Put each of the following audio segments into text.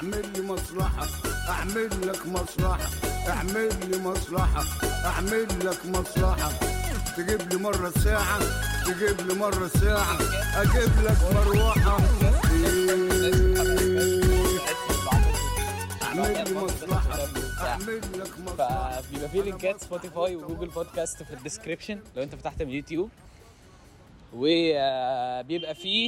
اعمل لي مصلحة، اعمل لك مصلحة، اعمل لي مصلحة، اعمل لك مصلحة. تجيب لي مرة ساعة، تجيب لي مرة ساعة، اجيب لك مروحة. اعمل لي مصلحة، اعمل لك مصلحة. فبيبقى فيه لينكات سبوتيفاي وجوجل بودكاست في الديسكريبشن لو انت فتحت من يوتيوب، وبيبقى فيه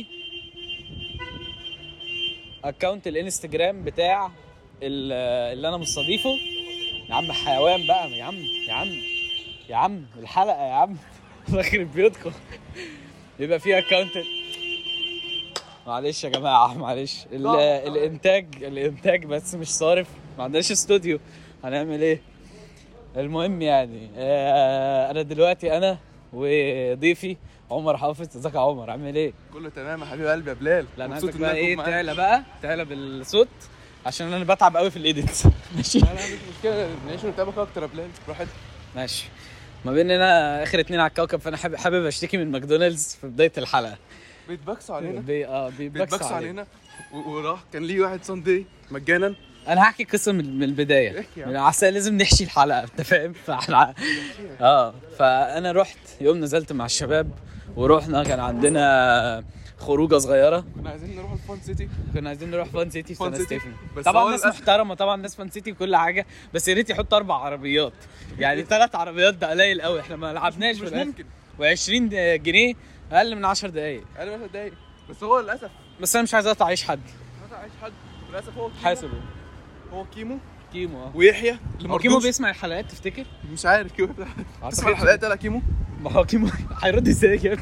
اكونت الانستجرام بتاع اللي انا مستضيفه. يا عم حيوان بقى، يا عم الحلقة يا عم بخرب بيوتكم. بيبقى فيه اكونت، معلش يا جماعة معلش، الانتاج بس مش صارف، ما عندناش استوديو، هنعمل ايه؟ المهم يعني انا دلوقتي انا وضيفي عمر حافظ. ازيك يا عمر، عامل ايه؟ كله تمام يا حبيب قلبي يا بلال. لا انا عايزك بقى ايه، تعلى بالصوت عشان انا بتعب قوي في الايديت. ماشي؟ لا مش مشكله، نعيش ونتابعك اكتر يا بلال، براحتك. ماشي. ما بيننا اخر 2 على الكوكب، فانا حابب اشتكي من ماكدونالدز في بداية الحلقة. بيتبكسوا علينا بيتبكسوا علينا وراح كان ليه واحد ساندي مجانا. انا هحكي قصه من البدايه، من عسى لازم نحشي الحلقه، انت فاهم؟ فاحنا فانا رحت يوم، نزلت مع الشباب ورحنا، كان عندنا خروجه صغيره، كنا عايزين نروح الفان سيتي، في سان ستيفن. طبعا ناس محترمه، طبعا ناس فان سيتي وكل حاجه، بس يا ريت يحط 4 عربيات، يعني 3 عربيات ده قليل قوي، احنا ما لعبناش مش ممكن. و20 جنيه اقل من 10 دقايق، بس هو للاسف، بس انا مش عايز اقطع عيش حد للاسف هو حاسب. هو كيمو هو ويحيى اللي كيمو بيسمع الحلقات تفتكر؟ مش عارف كيمو تسمع الحلقات ولا كيمو؟ ما هو كيمو هيرد ازاي يا ابني؟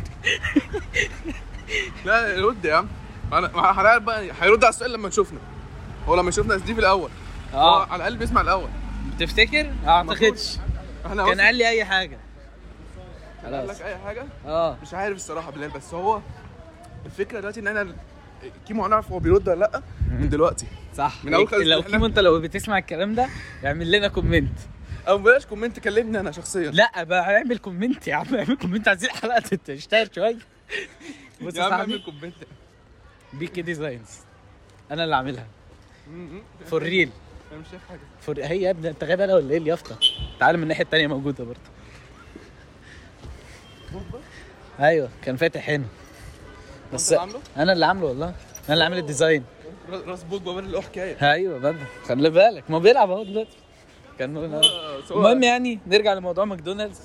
لا يرد يا عم، انا هنعرف بقى، هيرد على السؤال لما نشوفنا. هو لما يشوفنا دي في الاول، هو على الاقل بيسمع الاول. تفتكر؟ اعتقدش. كان قال لي اي حاجه، قال لك اي حاجه؟ مش عارف الصراحه بلال، بس هو الفكره دلوقتي ان انا كيمو هنعرف هو بيرد ولا لا من دلوقتي، صح؟ من اول لو كيمو انت لو بتسمع الكلام ده اعمل لنا كومنت، او بلاش كومنت، كلمني انا شخصيا. لا بقى اعمل كومنت يا عم، اعمل كومنت، عايزين الحلقه تشتغل شويه. بص يا عم اعمل كومنت. بيكي ديزاينز انا اللي عاملها فور ريل. انا مش شايف حاجه. هي يا ابني انت غبي انا ولا ايه؟ اليافطه تعال من الناحيه الثانيه موجوده برضه. ايوه كان فاتح هنا، بس انا اللي عامله والله، انا اللي عامل الديزاين. راس بوك بابا اللي حكايه. ايوه بابا خلي بالك، ما بيلعب اهو دلوقتي. كان المهم يعني نرجع لموضوع ماكدونالدز.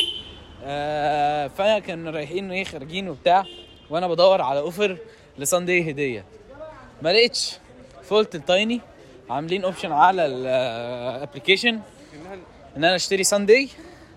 فانا كنا رايحين ايه، خارجين وبتاع، وانا بدور على اوفر لساندي هديه، ما لقيتش. فولت التايني عاملين اوبشن على الابلكيشن ان انا اشتري ساندي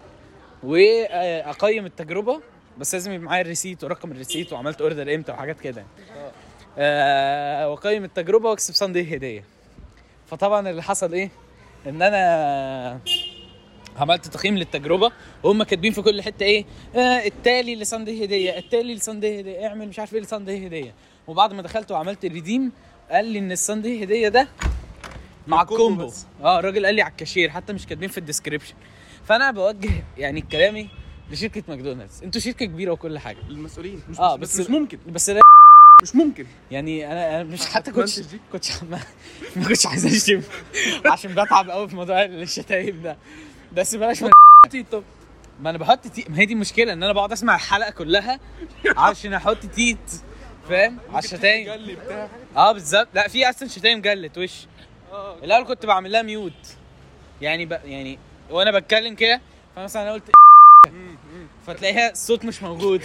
واقيم التجربه، بس لازم يبقى معايا الريسيت ورقم الريسيت وعملت اوردر امتى وحاجات كده. واقيم التجربه واكسب ساندي هديه. فطبعا اللي حصل ايه، ان انا عملت تقييم للتجربه وهم كاتبين في كل حته ايه، التالي لساندي هديه، التالي لساندي هديه، اعمل مش عارف ايه لساندي هديه. وبعد ما دخلت وعملت الريديم قال لي ان الساندي هديه ده مع الكومبو. الراجل قال لي على الكاشير، حتى مش كاتبين في الديسكريبشن. فانا بوجه يعني كلامي لشركه ماكدونالدز، انتوا شركه كبيره وكل حاجه، المسؤولين بس مش ممكن، مش ممكن يعني. انا مش حتى كنتش ما كنتش عايز اشتم عشان بتعب قوي في موضوع الشتايم ده، بس بلاش. طب ما انا بحط ما هي دي المشكله، ان انا بقعد اسمع الحلقه كلها عشان احط تيت، فاهم؟ على الشتايم بالظبط. لا في اصلا شتايم جلت وش. الاول كنت بعمل لها ميوت يعني وانا بتكلم كده، فمثلا انا قلت فتلاقيها الصوت مش موجود.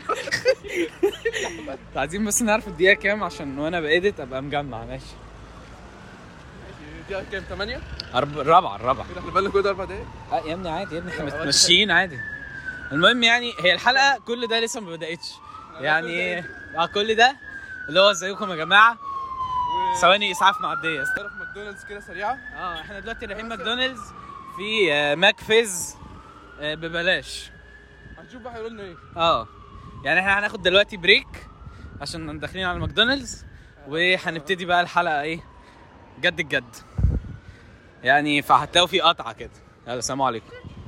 عايزين بس نعرف الدقيقه كام عشان وانا بايديت ابقى مجمع. ماشي دقيقه كام؟ 8 الرابعه كده احنا بقالنا كده 4 دقايق. يا ابني عادي، يا ابني احنا ماشيين عادي. المهم يعني هي الحلقه كل ده لسه ما بداتش يعني. كل ده اللي هو ازيكم يا جماعه، ثواني اسعاف معديه. نروح ماكدونالدز كده سريعه. احنا دلوقتي رايحين ماكدونالدز في ماك فيز ببلاش. هنشوف بقى هيقولوا لنا ايه. يعني احنا هناخد دلوقتي بريك عشان داخلين على ماكدونالدز، وهنبتدي بقى الحلقه ايه، جد يعني. فهتلاقوا في قطعه كده. يلا السلام عليكم.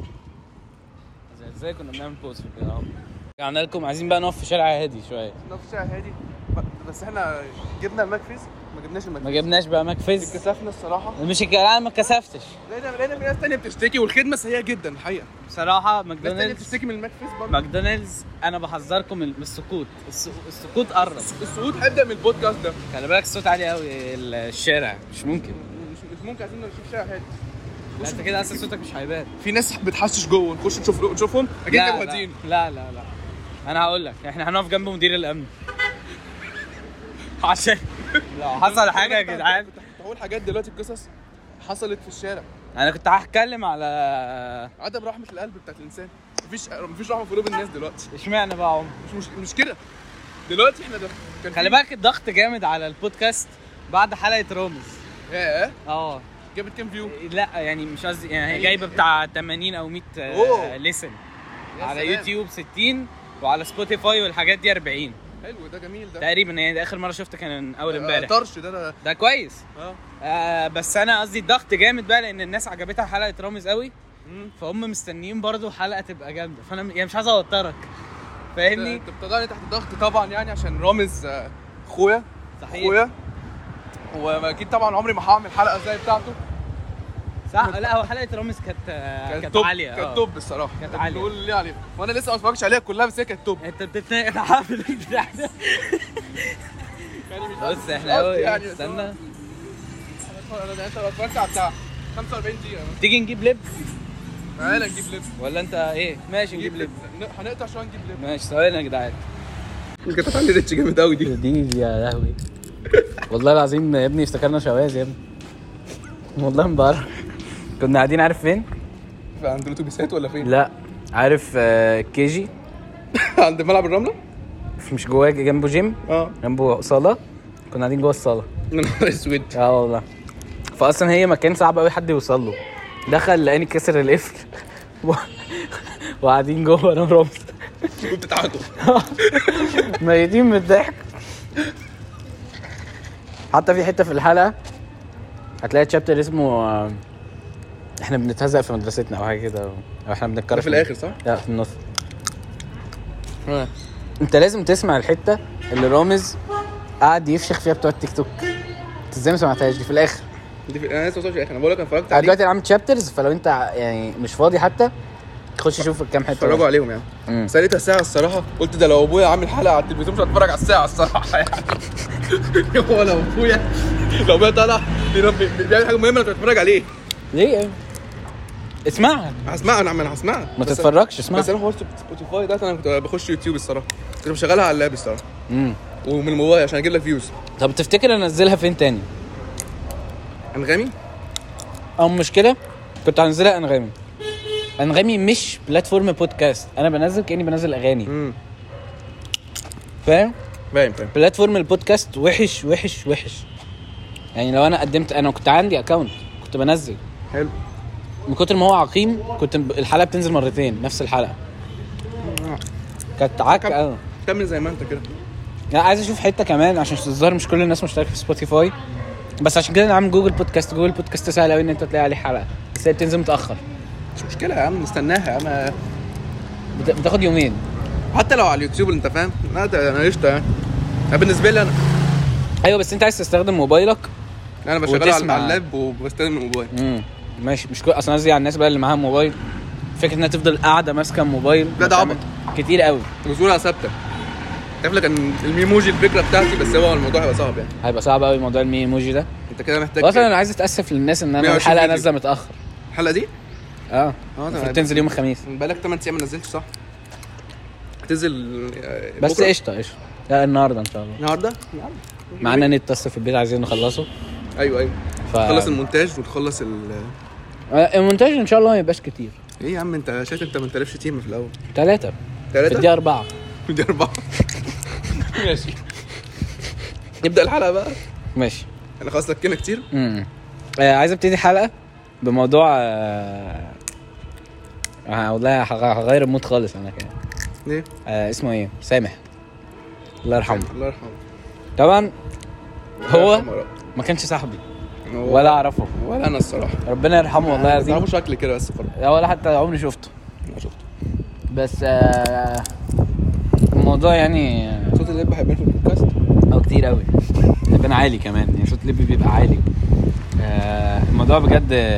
ازاي كنا بنعمل بوز في كده. رجعنا لكم، عايزين بقى نقف في شارع هادي شويه. نقف في شارع هادي، بس احنا جبنا الماكفيز ما ما جبناش بقى ماكفيز. اتكسفنا الصراحه. مش الكلام، ما اتكسفتش. لقينا في ناس تانية بتشتكي والخدمه سيئه جدا الحقيقه. بصراحه ناس تانية ماكدونالدز بتشتكي من الماكفيس برضه. ماكدونالدز انا بحذركم من السقوط. السقوط قرب. السقوط هيبدا من البودكاست ده. خلي بالك الصوت عالي قوي الشارع، مش ممكن. مش ممكن عايزين نشوف شارع هادي. انت كده اصلا صوتك مش هيبان. في ناس بتحشش جوه، نخش نشوفهم اكيد كانوا هادين. لا انا هقول لك احنا هنقف جنب مدير الامن عشان لو حصل حاجه يا جدعان. كنت هقول حاجات دلوقتي، قصص حصلت في الشارع. انا كنت هتكلم على عدم رحمه القلب بتاعت الانسان. مفيش رحمه في قلوب الناس دلوقتي. اشمعنى بقى عمر؟ مش كده دلوقتي. احنا ده كان خلي بالك الضغط جامد على البودكاست بعد حلقه رامز. ياه جابت كام فيو؟ لا يعني مش قصدي، يعني هي جايبه بتاع 80 او 100 ليسن على يوتيوب 60 وعلى سبوتيفاي والحاجات دي 40. حلو ده، جميل ده تقريبا. يعني ده اخر مره شفته كان اول امبارح. طرش ده كويس. بس انا قصدي الضغط جامد بقى لان الناس عجبتها حلقه رامز قوي، فهم مستنيين برضو حلقه تبقى جامده، فانا يعني مش عايز اوترك، فاهمني؟ انت بتضعني تحت ضغط طبعا، يعني عشان رامز اخويا. صحيح. اخويا، واكيد طبعا عمري ما هعمل حلقه زي بتاعته. صح. لا هو حلقه رامز كانت عاليه. كانت توب الصراحه. كانت عاليه. بنقول ليه عليها، وانا لسه ما اتفرجتش عليها كلها، بس هي كانت توب. انت بتتناقض حافل البتاع ده. بص احنا اهو يعني استنى. انت لو اتفرجت على بتاع 45 دقيقه تيجي نجيب لب تعالى نجيب لب. ولا انت ايه؟ ماشي نجيب لب. هنقطع شويه نجيب لب. ماشي ثواني يا جدعان. كانت عندي ريتش جامد قوي دي يا لهوي. والله العظيم يا ابني افتكرنا شواذ يا ابني، والله امبارح كنا قاعدين عارف فين؟ عند الاتوبيسات ولا فين؟ لا عارف كيجي عند ملعب الرمله. مش جواه جنبه جيم، جنبه صاله، كنا قاعدين جوه الصاله. يا نهار اسود. والله. فاصلا هي مكان صعب قوي حد يوصل له. دخل لقاني كسر القفل وقاعدين جوه انا ورامز وبتتعاطوا ميتين من الضحك. حتى في حته في الحلقه هتلاقي تشابتر اسمه احنا بنتهزق في مدرستنا او حاجه كده، او احنا بنتكرر في الاخر صح؟ لا في النص. انت لازم تسمع الحته اللي رامز قاعد يفشخ فيها بتوع التيك توك. انت ازاي ما سمعتهاش؟ دي في الاخر. انا لسه وصلت الاخر. انا بقول لك انا اتفرجت عليه دلوقتي. انا عامل تشابترز، فلو انت يعني مش فاضي حتى خش شوف كام حته اتفرجوا عليهم يعني. سالتها ساعه الصراحه، قلت ده لو ابويا عامل حلقه على التلفزيون مش هتفرج على الساعه الصراحه يعني. هو لو ابويا طالع بيعمل حاجه مهمه هتتفرج عليه ليه؟ اسمعها. هسمعها. انا هسمعها ما تتفرجش، اسمعها. بس انا حوار سبوتيفاي ده انا كنت بخش يوتيوب الصراحه، كنت بشغلها على اللاب الصراحه ومن الموبايل عشان اجيب لك فيوز. طب تفتكر انزلها فين تاني؟ انغامي او مشكله كنت هنزلها انغامي مش بلاتفورم بودكاست. انا بنزل كاني بنزل اغاني. فاهم بلاتفورم البودكاست وحش وحش وحش. يعني لو انا قدمت، انا كنت عندي اكاونت كنت بنزل حلو من كتر ما هو عقيم، كنت الحلقه بتنزل مرتين نفس الحلقه. كانت عك كمل زي ما انت كده. لا عايز اشوف حته كمان عشان الظاهر مش كل الناس مشتركه في سبوتيفاي، بس عشان كده انا عامل جوجل بودكاست سهل قوي ان انت تلاقي عليه حلقه، بس هي بتنزل متاخر. مش مشكله يا عم، نستناها يا عم. بتاخد يومين حتى لو على اليوتيوب اللي انت فاهم. لا ده انا قشطه يعني. بالنسبه لي انا ايوه، بس انت عايز تستخدم موبايلك. انا بشغلها على اللاب وبستخدم الموبايل. ماشي. مش اصلا قصدي على الناس بقى اللي معاها موبايل، فكره انها تفضل قاعده ماسكه الموبايل ده عبط كتير قوي، وصولها ثابته. تعرف لك ان الميموجي الفكره بتاعتي، بس هو الموضوع هيبقى صعب يعني. هيبقى صعب قوي موضوع الميموجي ده. انت كده محتاج اصلا انا عايز اتاسف للناس ان انا الحلقه نازله متاخر. الحلقه دي تنزل يوم الخميس. بقالك 8 ايام ما نزلتش صح؟ هتنزل بس قشطه. لا النهارده ان شاء الله. النهارده معانا نتصل في البيت عايزين نخلصه. ايوه نخلص المونتاج ونخلص المونتاج ان شاء الله ما يبقاش كتير. ايه يا عم انت شايف انت ما انتلفش تيم في الاول. 3 في الدقيقه 4. ماشي نبدا الحلقه بقى. ماشي. انا خلاص لكينا كتير. عايز ابتدي حلقه بموضوع والله هغير المود خالص انا كده. ليه؟ اسمه ايه؟ سامح الله يرحمه. الله يرحمه. طبعا هو ما كانش صاحبي ولا اعرفه ولا انا الصراحه. ربنا يرحمه والله العظيم. ما شكل كده بس خلاص. ولا حتى عمري شفته. ما شفته. بس الموضوع يعني صوت اللي بحبه في البودكاست او كتير قوي. بيبان عالي كمان يعني صوت اللب بيبقى عالي. الموضوع بجد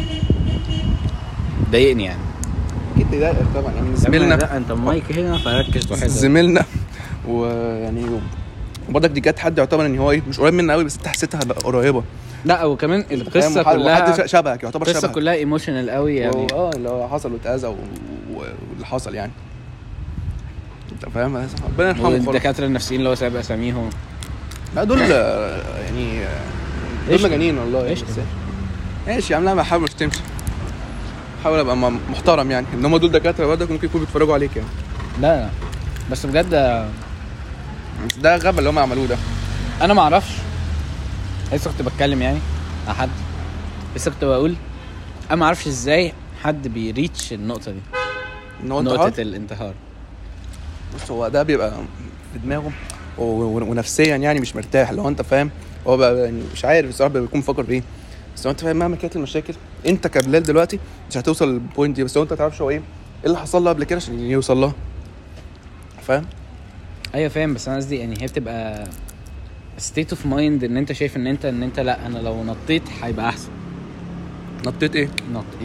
ضايقني يعني. اكيد بيضايقك طبعا يعني زميلنا. لا انت المايك هنا فركز بحاجه زميلنا ويعني برضك دي جت حد يعتبر ان هو ايه مش قريب مني قوي بس انت حسيتها قريبه. لا وكمان القصه كلها حد شبهك يعتبر شبهك. القصه كلها ايموشنال قوي يعني. اللي هو حصل واتاذى واللي حصل يعني انت فاهم. ربنا يرحمه. والدكاتره النفسيين اللي هو سابق اساميهم لا دول يعني دول مجانين والله. ايش ماشي يا عم. لا ما احاول تمشي حاول ابقى محترم يعني ان هم دول دكاتره برضك ممكن يكونوا بيتفرجوا عليك يعني. لا بس بجد ده غبا اللي هم عملوه ده. انا ما اعرفش. لسه كنت بتكلم يعني مع حد لسه كنت بقول انا ما اعرفش ازاي حد بيريتش النقطه دي نقطه الانتحار. بص هو ده بيبقى في دماغه ونفسيا يعني مش مرتاح لو انت فاهم. هو بقى يعني مش عارف الصراحه بيكون بيفكر بايه. بس لو انت فاهم مهما كانت المشاكل انت كبلال دلوقتي مش هتوصل للبوينت دي. بس لو انت تعرفش هو ايه اللي حصل له قبل كده عشان يوصل لها فاهم. ايوه فاهم. بس انا قصدي يعني هي بتبقى state of mind ان انت شايف ان انت لا انا لو نطيت هيبقى احسن. نطيت ايه؟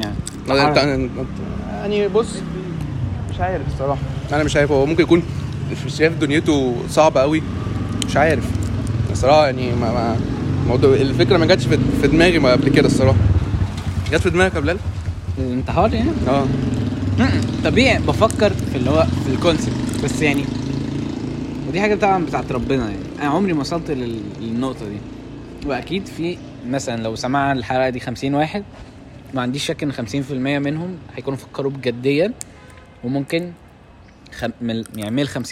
يعني بص مش عارف الصراحه. انا مش عارف. هو ممكن يكون شايف دنيته صعبه قوي مش عارف الصراحه يعني. موضوع الفكره ما جاتش في دماغي ما قبل كده الصراحه. جت في دماغك يا بلال الانتحار يعني؟ طبيعي بفكر في اللي هو في الكونسيبت بس يعني. ودي حاجه طبعا بتاعت ربنا يعني. انا عمري ما وصلت للنقطه دي. واكيد في مثلا لو سمع الحلقه دي 50 واحد ما عنديش شك ان 50% منهم هيكونوا فكروا بجديا وممكن يعمل 50%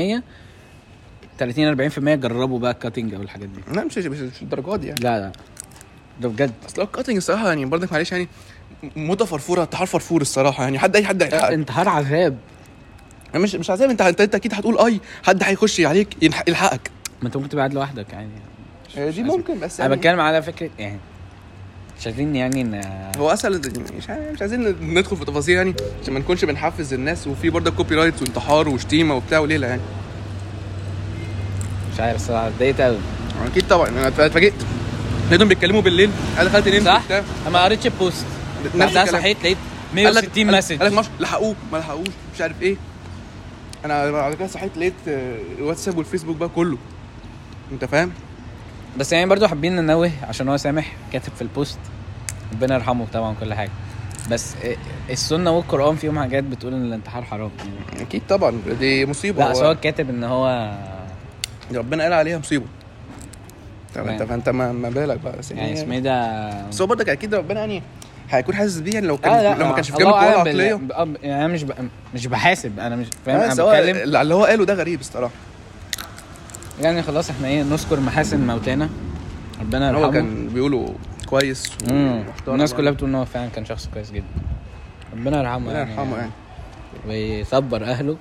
30-40% جربوا بقى الكاتنج او الحاجات دي. لا مش الدرجات دي يعني. لا ده بجد. اصل الكاتنج الصراحه يعني برضك معلش يعني موضه فرفوره. انتحار فرفور الصراحه يعني. اي حد هيحقق انتحار عذاب. مش عذاب. انت اكيد هتقول حد هيخش عليك يلحقك. ما انت ممكن تبقى قاعد لوحدك يعني. دي ممكن بس انا يعني بتكلم على فكره يعني مش عايزين يعني ان هو اسهل مش عايزين ندخل في تفاصيل يعني عشان ما نكونش بنحفز الناس. وفي برضه كوبي رايتس وانتحار وشتيمه وبتاع وليله يعني. مش عارف الصراحه اتضايقت قوي. اكيد طبعا انا اتفاجئت لقيتهم بيتكلموا بالليل. انا دخلت نمت صح. انا ما قريتش البوست بعدها صحيت لقيت 160 مسج. قال لك لحقوه ما لحقوش مش عارف ايه. انا على كده صحيت لقيت الواتساب والفيسبوك بقى كله انت فاهم. بس يعني برضو حابين ننوه عشان هو سامح كاتب في البوست ربنا يرحمه طبعا كل حاجه. بس السنه والقران فيهم حاجات بتقول ان الانتحار حرام يعني. اكيد طبعا دي مصيبه. لا هو كاتب ان هو ربنا قال عليها مصيبه. طب انت ما بالك بقى يعني اسمه ده. بس هو برضك اكيد ربنا يعني هيكون حاسس بيه يعني لو ما كانش في جنب القوه العقليه. يعني انا مش بحاسب. انا مش فاهم. انا بتكلم اللي هو قاله ده غريب الصراحه يعني. خلاص احنا ايه نذكر محاسن موتانا ربنا يرحمه. هو كان بيقولوا كويس الناس كلها بتقول ان هو فعلا كان شخص كويس جدا. ربنا يرحمه يعني ويصبر اهله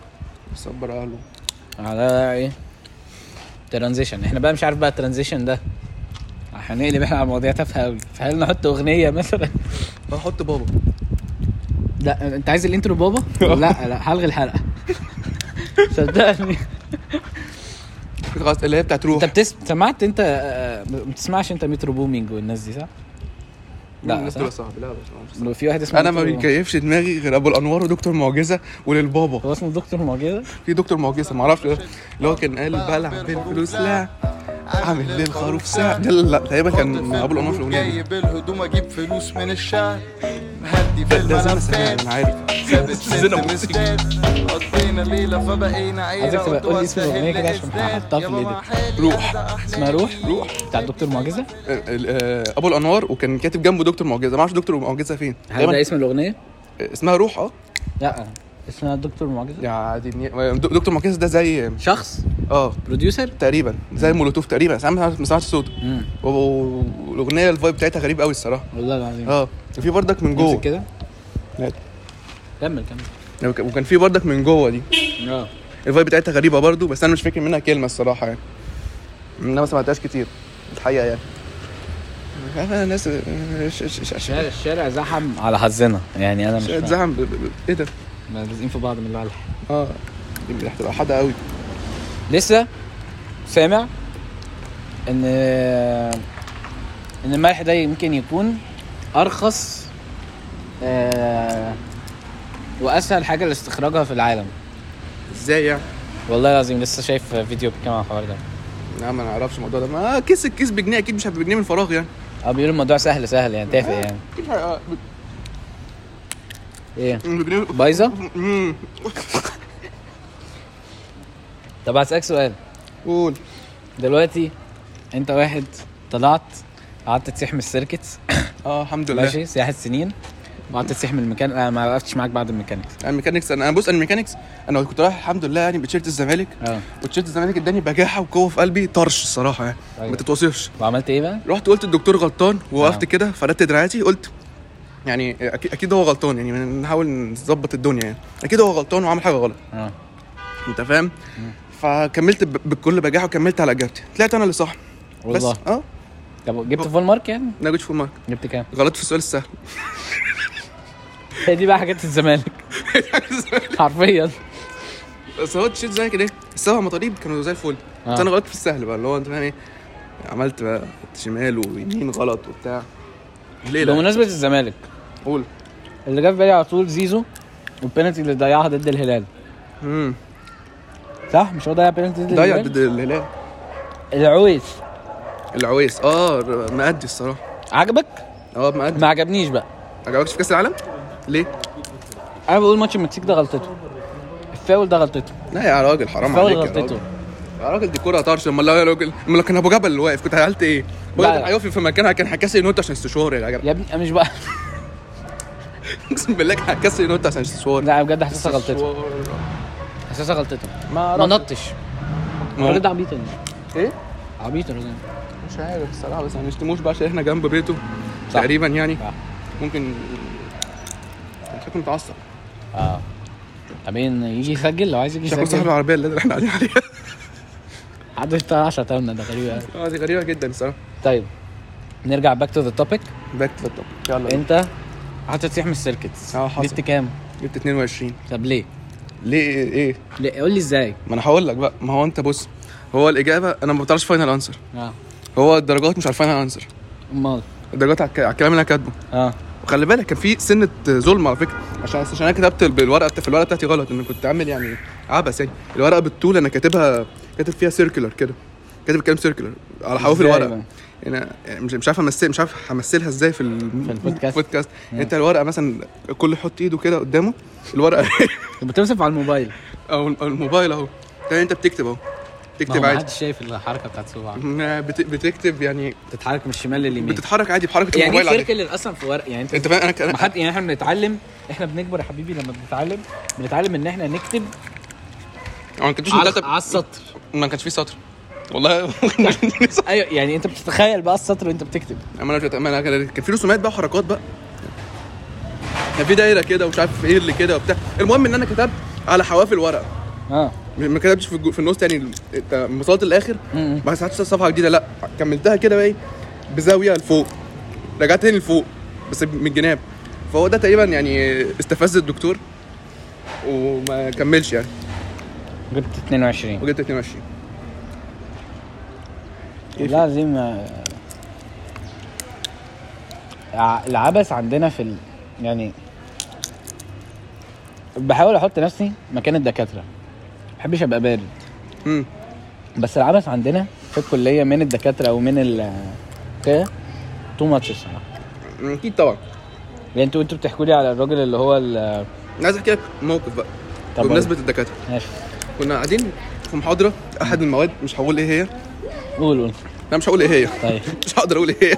على ايه ترانزيشن. احنا بقى مش عارف بقى الترانزيشن ده هنقلب احنا على مواضيع تافهه قوي. فهل نحط اغنيه مثلا؟ بحط بابا. لا انت عايز الانترو بابا؟ لا هلغي الحلقه صدقني. خلاص اللي هي بتاعت روح. انت سمعت انت ما بتسمعش انت مترو بومينج والناس دي صح؟ لا الناس دول صعب. لا بس في واحد اسمه انا ما بيكيفش دماغي غير ابو الانوار ودكتور معجزه وللبابا. هو اسمه دكتور معجزه؟ في دكتور معجزه ما اعرفش اللي هو كان قال بلع بالفلوس لا عامل للخروف ساعه. لا تقريبا كان ابو الانوار في الاغنيه دي. جايب الهدوم اجيب فلوس من الشعر مهدي في الملفات. انا عارف ثابت ست قضينا ليله فبقينا عيله. عايزك تقول لي اسم الاغنيه كده عشان هحطها في الايديت. روح. اسمها روح بتاع الدكتور معجزه. ابو الانوار وكان كاتب جنبه دكتور معجزه. ما اعرفش دكتور معجزه فين. هل ده اسم الاغنيه؟ اسمها روح. لا اسمها دكتور معجزه. يا دي دكتور معجزه ده زي شخص بروديوسر تقريبا زي مولوتوف تقريبا. انا ما سمعتش صوته. والاغنيه الفايب بتاعتها غريب قوي الصراحه والله العظيم. وفي بردك من جوه كده. كمل وكان في بردك من جوه دي. الفايب بتاعتها غريبه برضو بس انا مش فاكر منها كلمه الصراحه يعني. انا ما سمعتهاش كتير الحقيقه يعني. الناس الشارع زحم على حظنا يعني. انا مش زحم ايه ده لازقين في بعض من الوالح. دي هتبقى حاجه قوي. لسه سامع ان الملح ده يمكن يكون ارخص واسهل حاجه لاستخراجها في العالم. ازاي يعني؟ والله العظيم لسه شايف فيديو بيتكلم عن الحوار ده. لا ما نعرفش الموضوع ده. ما الكيس بجنيه اكيد مش بجنيه من فراغ يعني. بيقولوا الموضوع سهل يعني تافه يعني. ايه بايظه؟ طب هسألك سؤال. قول. دلوقتي انت واحد طلعت قعدت تسيح من السيركتس الحمد لله ماشي سياحة سنين وقعدت تسيح من الميكانيك. انا ما وقفتش معاك بعد الميكانيكس. الميكانيكس انا بص الميكانيكس انا كنت رايح الحمد لله يعني بتيشيرت الزمالك. وتيشيرت الزمالك اداني بجاحه وقوه في قلبي طرش الصراحه يعني. ما تتوصفش. وعملت ايه بقى؟ رحت قلت الدكتور غلطان ووقفت كده فردت دراعاتي قلت يعني اكيد هو غلطان يعني نحاول نظبط الدنيا يعني اكيد هو غلطان وعمل حاجه غلط. انت فاهم؟ فكملت بكل بجاحه وكملت على اجابتي طلعت انا اللي صح والله. بس طب جبت فول مارك يعني؟ انا جبت فول مارك. جبت كام؟ غلط في السؤال السهل. هي دي بقى حاجات الزمالك حرفيا. بس هو تشيت زي كده 7 مطالب كانوا زي الفل. بس انا غلطت في السهل بقى اللي هو انت فاهم ايه عملت بقى شمال ويمين غلط وبتاع. بمناسبه الزمالك قول. اللي جاب بالي على طول زيزو والبينالتي اللي ضيعها ضد الهلال. صح مش هو ضيع بينالتي ضد الهلال؟ العويس مأدي الصراحه. عجبك؟ مأدي. ما عجبنيش بقى. عجبكش في كاس العالم ليه؟ انا بقول ماتش المكسيك ده غلطته. الفاول ده غلطته. لا يا راجل حرام عليك غلطته. يا راجل دي كوره طرش. امال لو كان ابو جبل اللي واقف كنت عملت ايه؟ كان هيقف في مكانها كان هيكسر نوت عشان استشوار يا جدع. يا ابني مش بقى اقسم بالله كان هيكسر نوت عشان استشوار. لا بجد حاسسها غلطته. ما نطش. الراجل ده عبيط ايه؟ عبيط الراجل. مش عارف الصراحه بس ما نشتموش بقى عشان احنا جنب بيته تقريبا يعني. ممكن شكله متعصب. امين يجي يسجل لو عايز يجي يسجل. شكله صاحب العربيه اللي احنا قاعدين عليها. حد بتاع 10 تمنا ده غريبه. دي غريبه جدا الصراحه. طيب نرجع باك تو ذا توبيك. يلا. انت قعدت تسيح من السيركتس. جبت كام؟ جبت 22. طب ليه ايه قول لي ازاي. ما انا هقول لك بقى. ما هو انت بص هو الاجابه انا ما بطلعش فاينل انسر. هو الدرجات مش على الفاينل انسر. امال الدرجات على الكلام اللي انا كاتبه. وخلي بالك كان في سنه ظلم على فكره عشان انا كتبت بالورقه في الورقه بتاعتي غلط. ان كنت عامل يعني عبث يعني. الورقه بالطول انا كاتب فيها سيركلر كده. كاتب الكلام سيركلر على حواف الورقه. يعني مش عارف همثلها ازاي في البودكاست. انت الورقه مثلا كل يحط ايده كده قدامه الورقه بتوصف على الموبايل او الموبايل اهو. انت بتكتب اهو تكتب عادي. محدش شايف الحركه بتاعت صباعك. بتكتب يعني بتتحرك من الشمال لليمين. بتتحرك عادي بحركه يعني الموبايل عادي. يعني سيركل اصلا في ورق يعني انت فاهم. انا يعني احنا بنتعلم. احنا بنكبر يا حبيبي لما بنتعلم ان احنا نكتب ما كنتش على السطر. ما كانش فيه سطر والله. ايوه يعني انت بتتخيل بقى السطر وانت بتكتب. انا كان في رسومات بقى وحركات بقى. كان في دايره كده ومش عارف ايه اللي كده وبتاع. المهم ان انا كتبت على حواف الورقه. ما كتبتش في النص يعني. انت وصلت للاخر ما ساعدتش صفحه جديده. لا كملتها كده بقى بزاويه لفوق. رجعت تاني لفوق بس من الجناب. فهو ده تقريبا يعني استفز الدكتور وما كملش يعني. جبت 22. وجبت 22. لازم العبث عندنا في يعني بحاول احط نفسي مكان الدكاتره. ما بحبش ابقى بارد. بس العبث عندنا في الكليه من الدكاتره او من كده تو ماتش الصراحه. اكيد طبعا. يعني انتوا بتحكوا لي على الراجل اللي هو عايز احكي لك موقف بقى بمناسبه الدكاتره. ماشي. كنا قاعدين في محاضره احد المواد مش هقول ايه هي. قول انا مش هقول ايه هي. طيب مش هقدر اقول ايه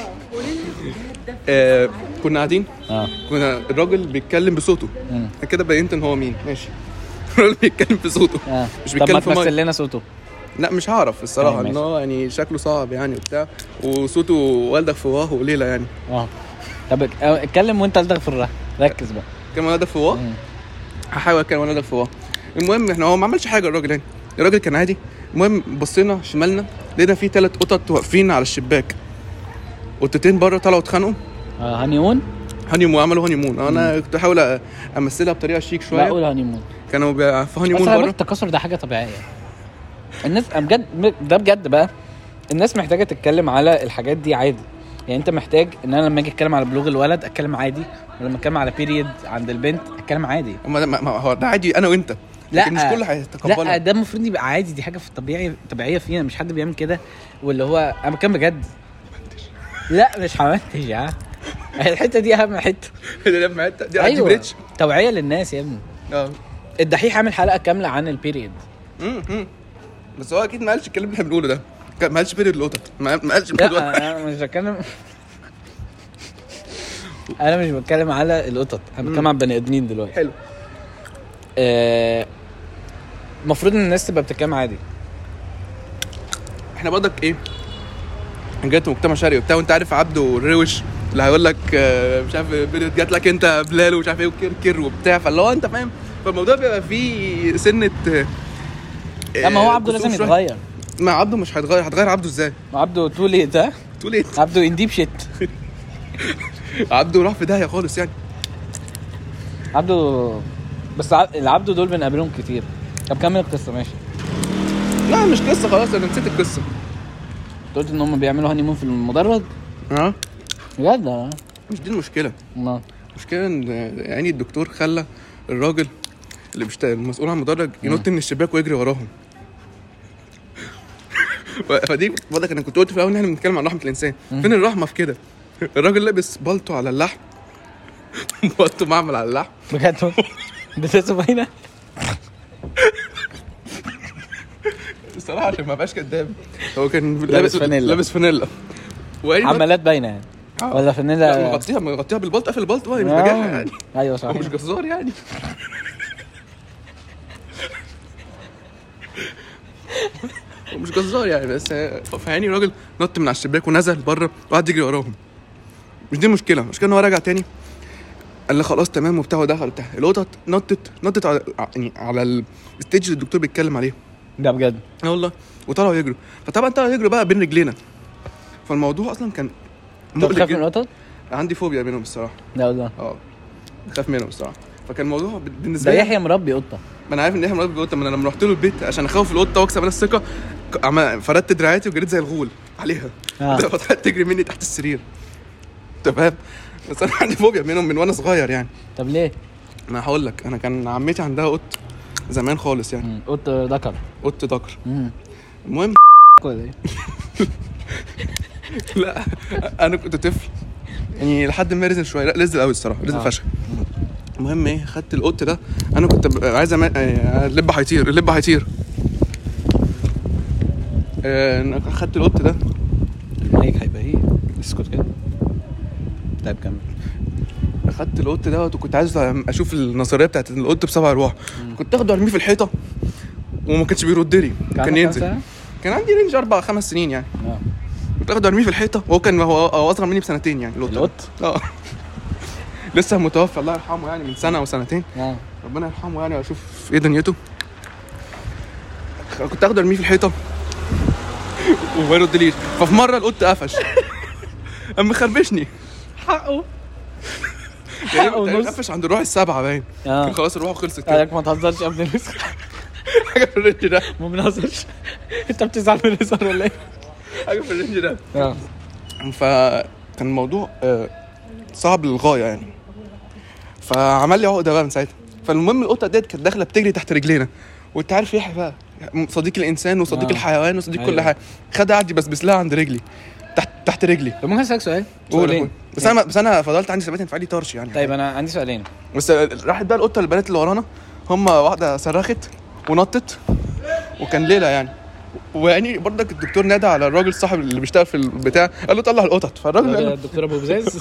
هي. كنا قاعدين. كنا الراجل بيتكلم بصوته. كده بينت ان هو مين. ماشي. الراجل بيتكلم بصوته. مش بيتكلم في مايك. طب ما تمثل لنا صوته. لا مش هعرف الصراحه ان هو يعني شكله صعب يعني وبتاع وصوته والدك في واه وليله يعني. طب اتكلم وانت والدك في الره. ركز بقى. اتكلم والدك في واه. هحاول اتكلم والدك في واه. المهم احنا هو ما عملش حاجه الراجل يعني. الراجل كان عادي. المهم بصينا شمالنا لقينا في 3 قطط واقفين على الشباك. قطتين بره طلعوا اتخانقوا. هانيمون عملوا هانيمون. انا كنت بحاول امثلها بطريقه شيك شويه. لا اقول هانيمون. كانوا في هانيمون بره. التكاثر ده حاجه طبيعيه. الناس بجد ده بجد بقى الناس محتاجه تتكلم على الحاجات دي عادي. يعني انت محتاج ان انا لما اجي اتكلم على بلوغ الولد اتكلم عادي، ولما اتكلم على بيريد عند البنت اتكلم عادي. ما هو ده عادي انا وانت، لكن مش كله هيتقبلها. لا ده المفروض يبقى عادي، دي حاجه في طبيعيه فينا، مش حد بيعمل كده. واللي هو انا بتكلم بجد. لا مش همنتج يا الحته دي اهم حته. دي أيوة. بريتش توعيه للناس يا ابني. الدحيح عامل حلقه كامله عن البيريد. بس هو اكيد ما قالش الكلام اللي احنا بنقوله ده، ما قالش بيريد القطط، ما قالش بيريد القطط. انا مش بتكلم انا مش بتكلم على القطط، انا بتكلم على البني ادمين دلوقتي. حلو. المفروض ان الناس تبقى بتتكلم عادي. احنا برضك ايه، جات مجتمع شرقي وبتاع، وانت عارف عبده الروش اللي هيقول لك مش عارف جات لك انت بلال ومش عارف ايه وكركر وبتاع، فاللي هو انت فاهم، فالموضوع بيبقى فيه سنه. اما هو عبده لازم يتغير. ما عبده مش هتغير عبده ازاي؟ عبده توليت عبده انديب شيت. عبده راح في داهيه خالص يعني. عبده بس العبده دول بنقابلهم كتير. طب كمل القصه. ماشي. لا مش قصه، خلاص انا نسيت القصه. قلت ان هم بيعملوا هانيمون في المدرج. بجد مش دي المشكله. المشكله ان يعني الدكتور خلى الراجل اللي المسؤول عن المدرج ينط من الشباك ويجري وراهم. فدي بقولك انا كنت قلت في الاول ان احنا بنتكلم عن رحمه الانسان. فين الرحمه في كده؟ الراجل لابس بالطو على اللحم، بالطو معمل على اللحم بجد. بتسو باينه الصراحه عشان ما بقاش كداب. هو كان لابس فانيلا عملات باينه يعني. ولا فانيلا مغطيها بالبلط، قافل البلط بقى، مش بجاحه يعني. ايوه صح. مش جزار يعني. مش جزار يعني، بس فهاني راجل نط من على الشباك ونزل بره وقعد يجري وراهم. مش دي المشكله. المشكله ان هو راجع تاني قال لي خلاص تمام وبتاع ودخل بتاع. القطط نطت على يعني على الستيج اللي الدكتور بيتكلم عليه ده بجد. والله. وطلعوا يجروا، فطبعا طلعوا يجروا بقى بين رجلينا. فالموضوع اصلا كان بتخاف من القطط؟ عندي فوبيا منهم الصراحه. لا والله. بخاف منهم الصراحه. فكان الموضوع بالنسبه لي يحيى مربي قطه. ما انا عارف ان يحيى مربي قطه. ما انا لما رحت له البيت عشان اخوف القطه واكسب انا الثقه فردت دراعاتي وجريت زي الغول عليها. فطلعت تجري مني تحت السرير. تمام. بس انا عندي فوبيا منهم من وانا صغير يعني. طب ليه؟ ما هقول لك، انا كان عمتي عندها قط زمان خالص يعني. قط ذكر. المهم لا انا كنت طفل يعني لحد ما رزل شويه. لا رزل قوي الصراحه، رزل فشخ. المهم ايه، خدت القط ده. انا كنت عايز اللب هيطير. خدت القط ده. المايك هيبقى ايه؟ اسكت كده. طيب كمل. خدت القط ده وكنت عايز اشوف النظريه بتاعت القط بسبع ارواح. كنت اخده ارميه في الحيطه وما كانش بيرد لي. كان ينزل. كان عندي رينج 4-5 سنين يعني. كنت اخده ارميه في الحيطه وهو كان هو اصغر مني بسنتين يعني. القط لسه متوفى الله يرحمه يعني من سنه او سنتين. ربنا يرحمه يعني واشوف ايه دنيته. كنت اخده ارميه في الحيطه وما يردليش. ففي مره القط قفش قام مخربشني. حقه قفش عند الروح السابعه باين. كان خلاص الروح خلصت كده. ما تهزرش يا ابني. حاجه في الرينج ده. ما بنهزرش. انت بتزعل من الهزار ولا ايه؟ حاجه في الرينج ده. فكان الموضوع صعب للغايه يعني. فعمل لي عقده بقى من ساعتها. فالمهم القطه ديت كانت داخله بتجري تحت رجلينا. وانت عارف يحيى بقى صديق الانسان وصديق الحيوان وصديق كل حاجه. خدها قعد يبسبس لها عند رجلي تحت رجلي. طب ممكن اسالك سؤال؟ بس انا فضلت عندي ثبات انفعالي طرش يعني. طيب انا عندي سؤالين. بس راحت بقى القطه البنات اللي ورانا، هم واحده صرخت ونطت وكان ليله يعني. ويعني برضك الدكتور نادى على الراجل صاحب اللي بيشتغل في البتاع، قال له طلع القطط. فالراجل قال له الدكتور ابو بزاز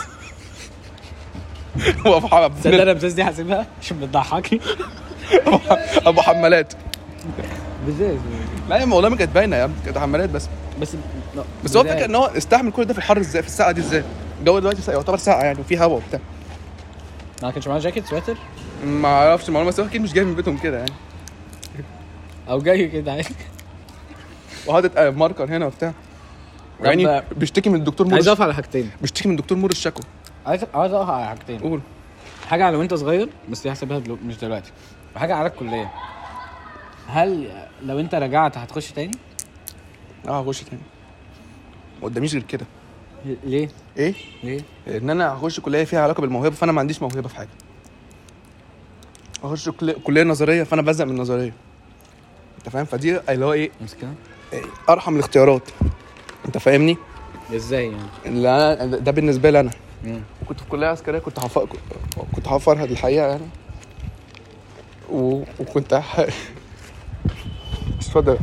هو ابو حمد. صدق بزاز دي حاسبها عشان بتضحكني. ابو حمالات بزاز. لا يا والله ما كانت باينه يا ابني، كانت حمالات بس هو فاكر ان هو استحمل كل ده في الحر ازاي، في الساعه دي ازاي. الجو دلوقتي يعتبر ساعه يعني وفي هواء وبتاع. ما كانش معاه جاكيت سويتر؟ ما اعرفش المعلومه، بس اكيد مش جاي من بيتهم كده يعني، او جاي كده عادي. وحاطط ماركر هنا وبتاع يعني. بيشتكي من الدكتور مور. عايز اقف على حاجتين. بيشتكي من الدكتور مور الشكوى. عايز اقف على حاجتين. قول. حاجه على وانت صغير بس دي هحسبها مش دلوقتي، وحاجه على الكليه. هل لو انت رجعت هتخش تاني؟ هخش تاني. ما قداميش غير كده. ليه؟ ايه ليه؟ ان انا هخش كليه فيها علاقه بالموهبه، فانا ما عنديش موهبه في حاجه. اخش كليه نظريه، فانا بزهق من النظريه. انت فاهم؟ فدي اللي هو ايه مش كده؟ ارحم الاختيارات. انت فاهمني؟ ازاي يعني؟ اللي ده بالنسبه لي انا. مم. كنت في كليه عسكريه، كنت هفرهد الحقيقه يعني. وكنت اتفضل.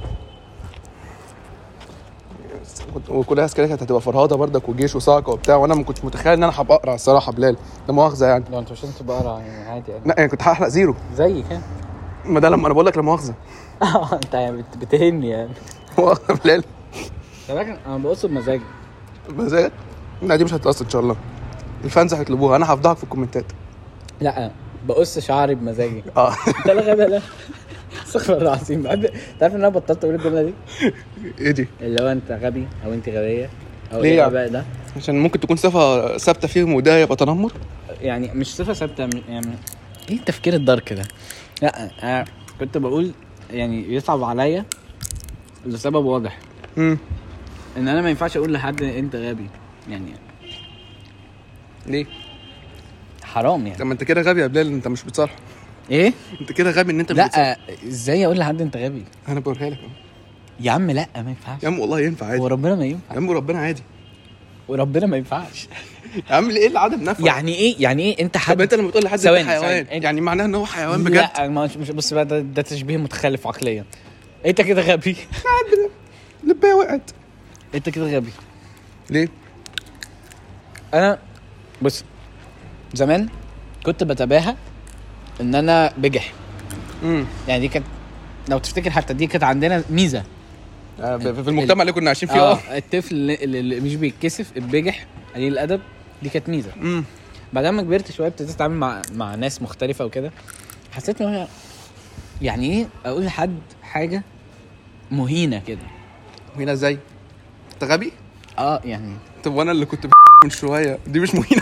وكليه عسكريه كانت هتبقى فرهاده برضك وجيش وصاعقه وبتاع، وانا ما كنتش متخيل ان انا هبقى اقرع الصراحه. بلال ده مؤاخذه يعني. لا انت مش انت بقرا يعني عادي يعني. لا يعني كنت هحرق زيرو. زي كده. ما ده لما انا بقول لك لا مؤاخذه. انت يعني بتهني يعني. مؤاخذه بلال. لكن انا بقصد مزاجي. مزاج؟ لا دي مش هتقص ان شاء الله. الفانز هيطلبوها، انا هفضحك في الكومنتات. لا بقص شعري بمزاجي. انت لا غبا لا. استغفر الله العظيم. تعرف ان انا بطلت اقول الجمله دي؟ ايه دي؟ اللي هو انت غبي او انت غبيه او ليه ايه يعني؟ الغباء ده؟ عشان ممكن تكون صفه ثابته فيهم وده يبقى تنمر. يعني مش صفه ثابته يعني. ايه التفكير الدارك ده؟ لا أنا كنت بقول يعني يصعب عليا لسبب واضح ان انا ما ينفعش اقول لحد انت غبي يعني. ليه؟ حرام يعني. طب ما انت كده غبي يا بلال، انت مش بتصالح. ايه؟ انت كده غبي ان انت مش بتصالح. لا ازاي اقول لحد انت غبي؟ انا بوريها لك اهو. يا عم لا ما ينفعش. يا عم والله ينفع عادي. وربنا ما ينفع. يا عم وربنا عادي. وربنا ما ينفعش. يا عم ايه اللي عدم نفع؟ يعني ايه انت حد؟ طب انت لما تقول لحد ثواني، انت حيوان ثواني. يعني معناه ان هو حيوان بجد؟ لا مش بص بقى ده تشبيه متخلف عقليا. انت كده غبي. لبايه وقعت. انت كده غبي. ليه؟ انا بص زمان كنت بتباهى ان انا بجح. يعني دي كانت لو تفتكر حتى دي كانت عندنا ميزه في المجتمع اللي كنا عايشين فيه. الطفل اللي مش بيتكسف البجح قليل الادب دي كانت ميزه. بعد ما كبرت شويه ابتديت اتعامل مع ناس مختلفه وكده، حسيت ان هو يعني ايه اقول لحد حاجه مهينه كده. مهينه ازاي؟ انت غبي؟ يعني طب وانا اللي كنت من شويه دي مش مهينه؟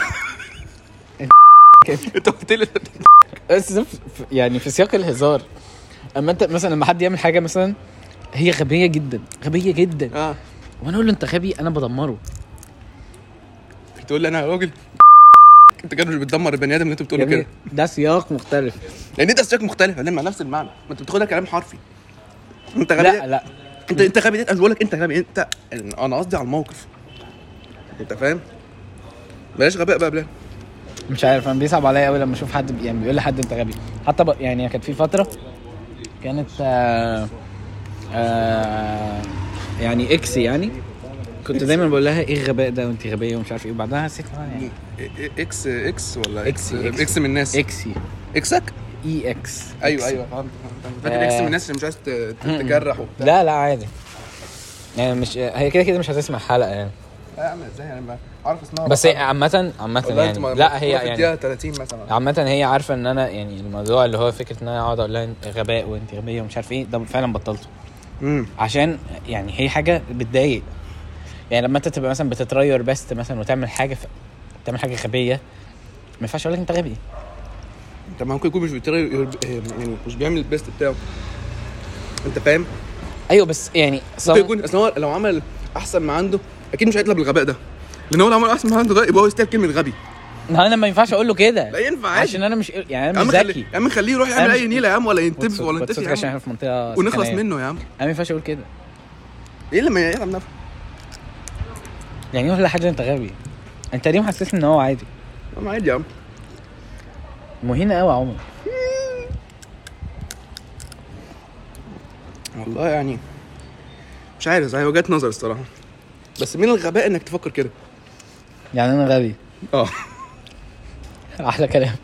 انت قلت لي بس يعني في سياق الهزار. اما انت مثلا لما حد يعمل حاجه مثلا هي غبيه جدا غبيه جدا وانا اقول له انت غبي، انا بدمره. تقول لي انا يا راجل انت كده مش بتدمر البني ادم اللي انت بتقوله كده. ده سياق مختلف. يعني انت سياق مختلف لان مع نفس المعنى، ما انت بتاخدها كلام حرفي. انت غبي. لا انت غبي. انا بقول لك انت غبي. انت انا قصدي على الموقف. انت فاهم؟ بلاش غباء بقى بلا. مش عارف انا بيصعب عليا قوي لما اشوف حد يعني بيقول لحد انت غبي. حتى يعني كانت في فتره كانت يعني اكس يعني كنت دايما بقول لها ايه الغباء ده وانت غبيه ومش عارف ايه. وبعدها حسيت يعني اكس ولا اكس من الناس. اكسك اي اكس. ايوه فهمت. فاكر اكس من الناس اللي مش عايز تجرح وبتاع. لا عادي يعني. مش هي كده مش هتسمع حلقه يعني. لا يا عم ازاي يعني ما عارف اسمها. بس هي عامه يعني لا هي يعني 30 مثلا. عامه هي عارفه ان انا يعني الموضوع اللي هو فكره ان انا اقعد اقول لها غباء وانت غبيه ومش عارف ايه ده فعلا بطلته. عشان يعني هي حاجه بتضايق. يعني لما انت تبقى مثلا بتترير بس مثلا وتعمل حاجه تعمل حاجه غبيه ما ينفعش اقول لك انت غبي. طب ممكن يكون مش بيترير يعني مش بيعمل البيست بتاعه. انت فاهم؟ ايوه بس يعني ممكن يكون اصل هو لو عمل احسن ما عنده اكيد مش هيطلب الغباء ده، لان هو لو عمل احسن ما عنده يبقى هو يستاهل كلمه غبي. انا ما ينفعش اقول له كده. لا ينفع عادي. عشان انا مش يعني انا مش ذكي. يا عم خليه يروح يعمل اي نيله يا عم ولا ينتف ولا ينتفي عشان احنا في منطقه ونخلص منه يا عم. انا ما ينفعش اقول كده. ايه لما يعمل نفسه يعني يقول لحد انت غبي. انت ليه محسسني ان هو عادي؟ ما عادي يا عم. مهينه قوي يا عمر. والله يعني مش عارف، هي وجهة نظر الصراحه. بس مين الغباء انك تفكر كده؟ يعني انا غبي. احلى كلام.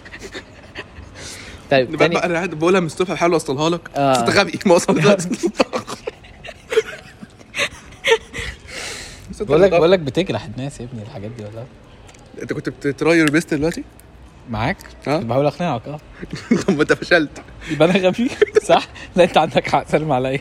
طيب تاني بقى انا قاعد بقولها من الصبح بحاول اوصلها لك. انت غبي ما وصلتش. بقول لك بتجرح الناس يا ابني الحاجات دي والله. انت كنت بتتراير بيست دلوقتي معاك؟ بحاول اقنعك. طب انت فشلت. يبقى انا غبي صح؟ لا انت عندك حق، سلم عليا.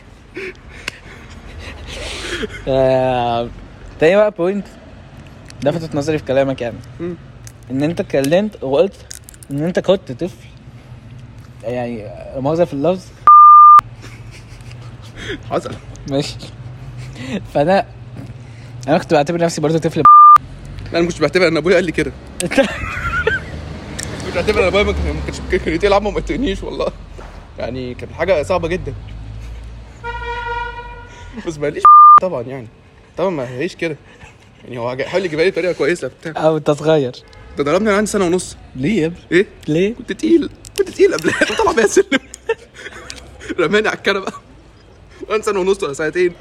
تاني بقى بوينت لفتت نظري في كلامك يعني ان انت اتكلمت وقلت ان انت كنت طفل يعني مؤاخذة في اللفظ حصل ماشي. فانا انا كنت بعتبر نفسي برضه طفل. لا انا مش بعتبر ان ابويا قال لي كده. مش بعتبر ان ابويا ما كانش يلعب وما يتقنيش والله. يعني كانت حاجه صعبه جدا. بس ما قاليش طبعا يعني. طبعا ما هيش كده. يعني هو حاول يجيبها لي بطريقه كويسه بتاع. او انت صغير. ده ضربني انا عندي سنه ونص. ليه يا ابني؟ ايه؟ ليه؟ كنت تقيل قبل طلع بيا السلم. رماني على الكنبه. انا سنه ونص ولا سنتين.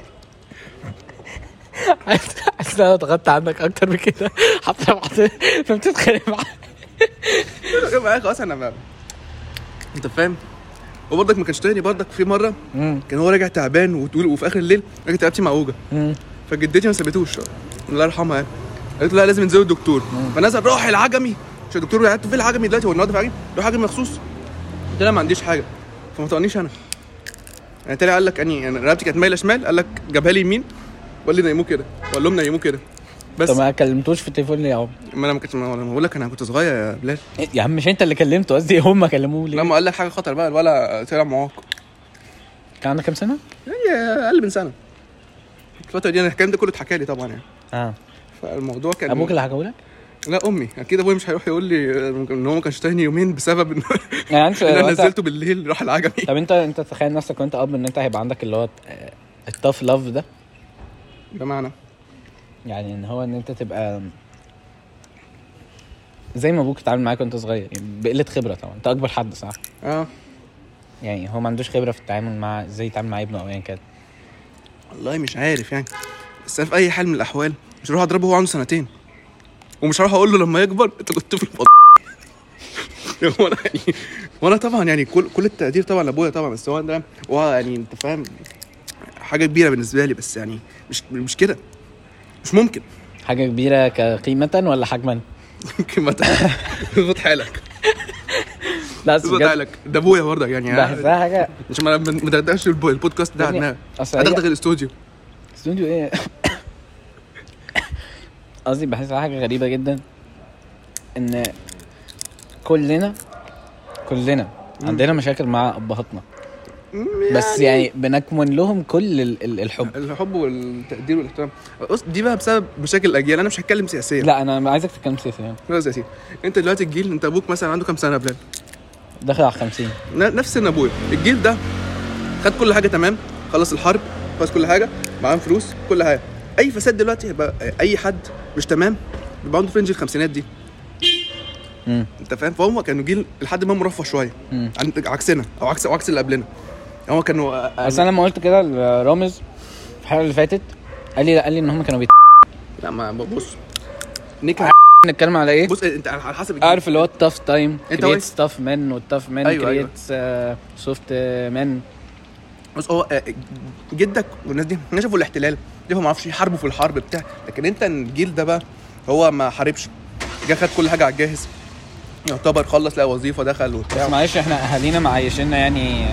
حاسس ان انا ضغطت عنك اكتر من كده. حتى ما بتتخانق معايا. خلاص انا ما انت فاهم. وبرضك ما كانش تاني برضك في مره كان هو راجع تعبان وفي اخر الليل راجع رقبتي معوجه. فجدتي ما سابتوش الله يرحمها يعني. قالت له لا لازم ننزل الدكتور. فنزل روح العجمي عشان الدكتور قالت له في العجمي دلوقتي هو النهارده في عجمي روح عجمي مخصوص. قلت له ما عنديش حاجه فما تقنيش انا يعني. تاني قال لك اني انا رقبتي كانت مايله شمال قال لك جابها لي يمين وقال لي نيموه كده وقال لهم نيموه كده بس. طب ما كلمتوش في التليفون ليه يا عم؟ ما انا ما كنتش بقول لك انا كنت صغير يا بلال. يا عم مش انت اللي كلمته قصدي هم كلموه ليه؟ لما قال لك حاجه خطر بقى ولا طلع معاق. كان عندك كام سنه؟ يعني اقل من سنه. الفتره دي انا الكلام ده كله اتحكى لي طبعا يعني. فالموضوع كان ابوك اللي حكوا لك؟ لا امي اكيد. ابويا مش هيروح يقول لي ان هو ما كانش تاني يومين بسبب ان يعني ان انا نزلته بالليل راح العجمي. طب انت تخيل نفسك وانت اب ان انت هيبقى عندك اللي هو التاف لاف ده بمعنى يعني ان هو ان انت تبقى زي ما ابوك اتعامل معاك وانت صغير يعني بقله خبره. طبعا انت اكبر حد صح؟ يعني هو ما عندوش خبره في التعامل مع ازاي يتعامل مع ابنه او ايا كان. والله مش عارف يعني. بس انا في اي حال من الاحوال مش هروح اضربه وهو عنده سنتين ومش هروح اقول له لما يكبر انت كنت طفل وانا طبعا يعني كل التقدير طبعا لابويا طبعا. بس هو ده هو يعني انت فاهم حاجه كبيره بالنسبه لي. بس يعني مش كده مش ممكن. حاجه كبيره كقيمه ولا حجما؟ قيمه. اظبط حالك. لا اظبط حالك. ده ابويا برضه يعني. بحسها حاجه عشان ما ندردش البودكاست ده عندنا. هتاخدك الاستوديو ايه؟ قصدي بحسها حاجه غريبه جدا ان كلنا عندنا مشاكل مع ابهاتنا بس يعني بنكمن لهم كل الحب والتقدير والاحترام. دي بقى بسبب مشاكل الاجيال. انا مش هتكلم سياسيا. لا انا عايزك تتكلم سياسيا يعني. لا سياسيا. انت دلوقتي الجيل انت ابوك مثلا عنده كام سنه يا بلال؟ داخل على 50. نفس سن ابويا. الجيل ده خد كل حاجه تمام. خلص الحرب خلص كل حاجه معاهم فلوس كل حاجه. اي فساد دلوقتي يبقى اي حد مش تمام بيبقى عنده فرنج الخمسينات دي. انت فاهم. فهم كانوا جيل لحد ما مرفه شويه عكسنا او عكس اللي قبلنا. هو كانوا بس انا لما قلت كده لرامز في الحلقه اللي فاتت قال لي ان هم كانوا لا ما بص نيك نتكلم على ايه. بص انت على حسب الجيل. عارف اللي هو التاف تايم كريتس تاف مان والتاف مان كريتس سوفت مان. بص هو جدك والناس دي شافوا الاحتلال دي ما اعرفش يحاربوا في الحرب بتاع. لكن انت الجيل ده بقى هو ما حاربش جه خد كل حاجه على الجاهز يعتبر. خلص لقى وظيفه دخل وبتاع. بس معلش احنا اهالينا معيشنا يعني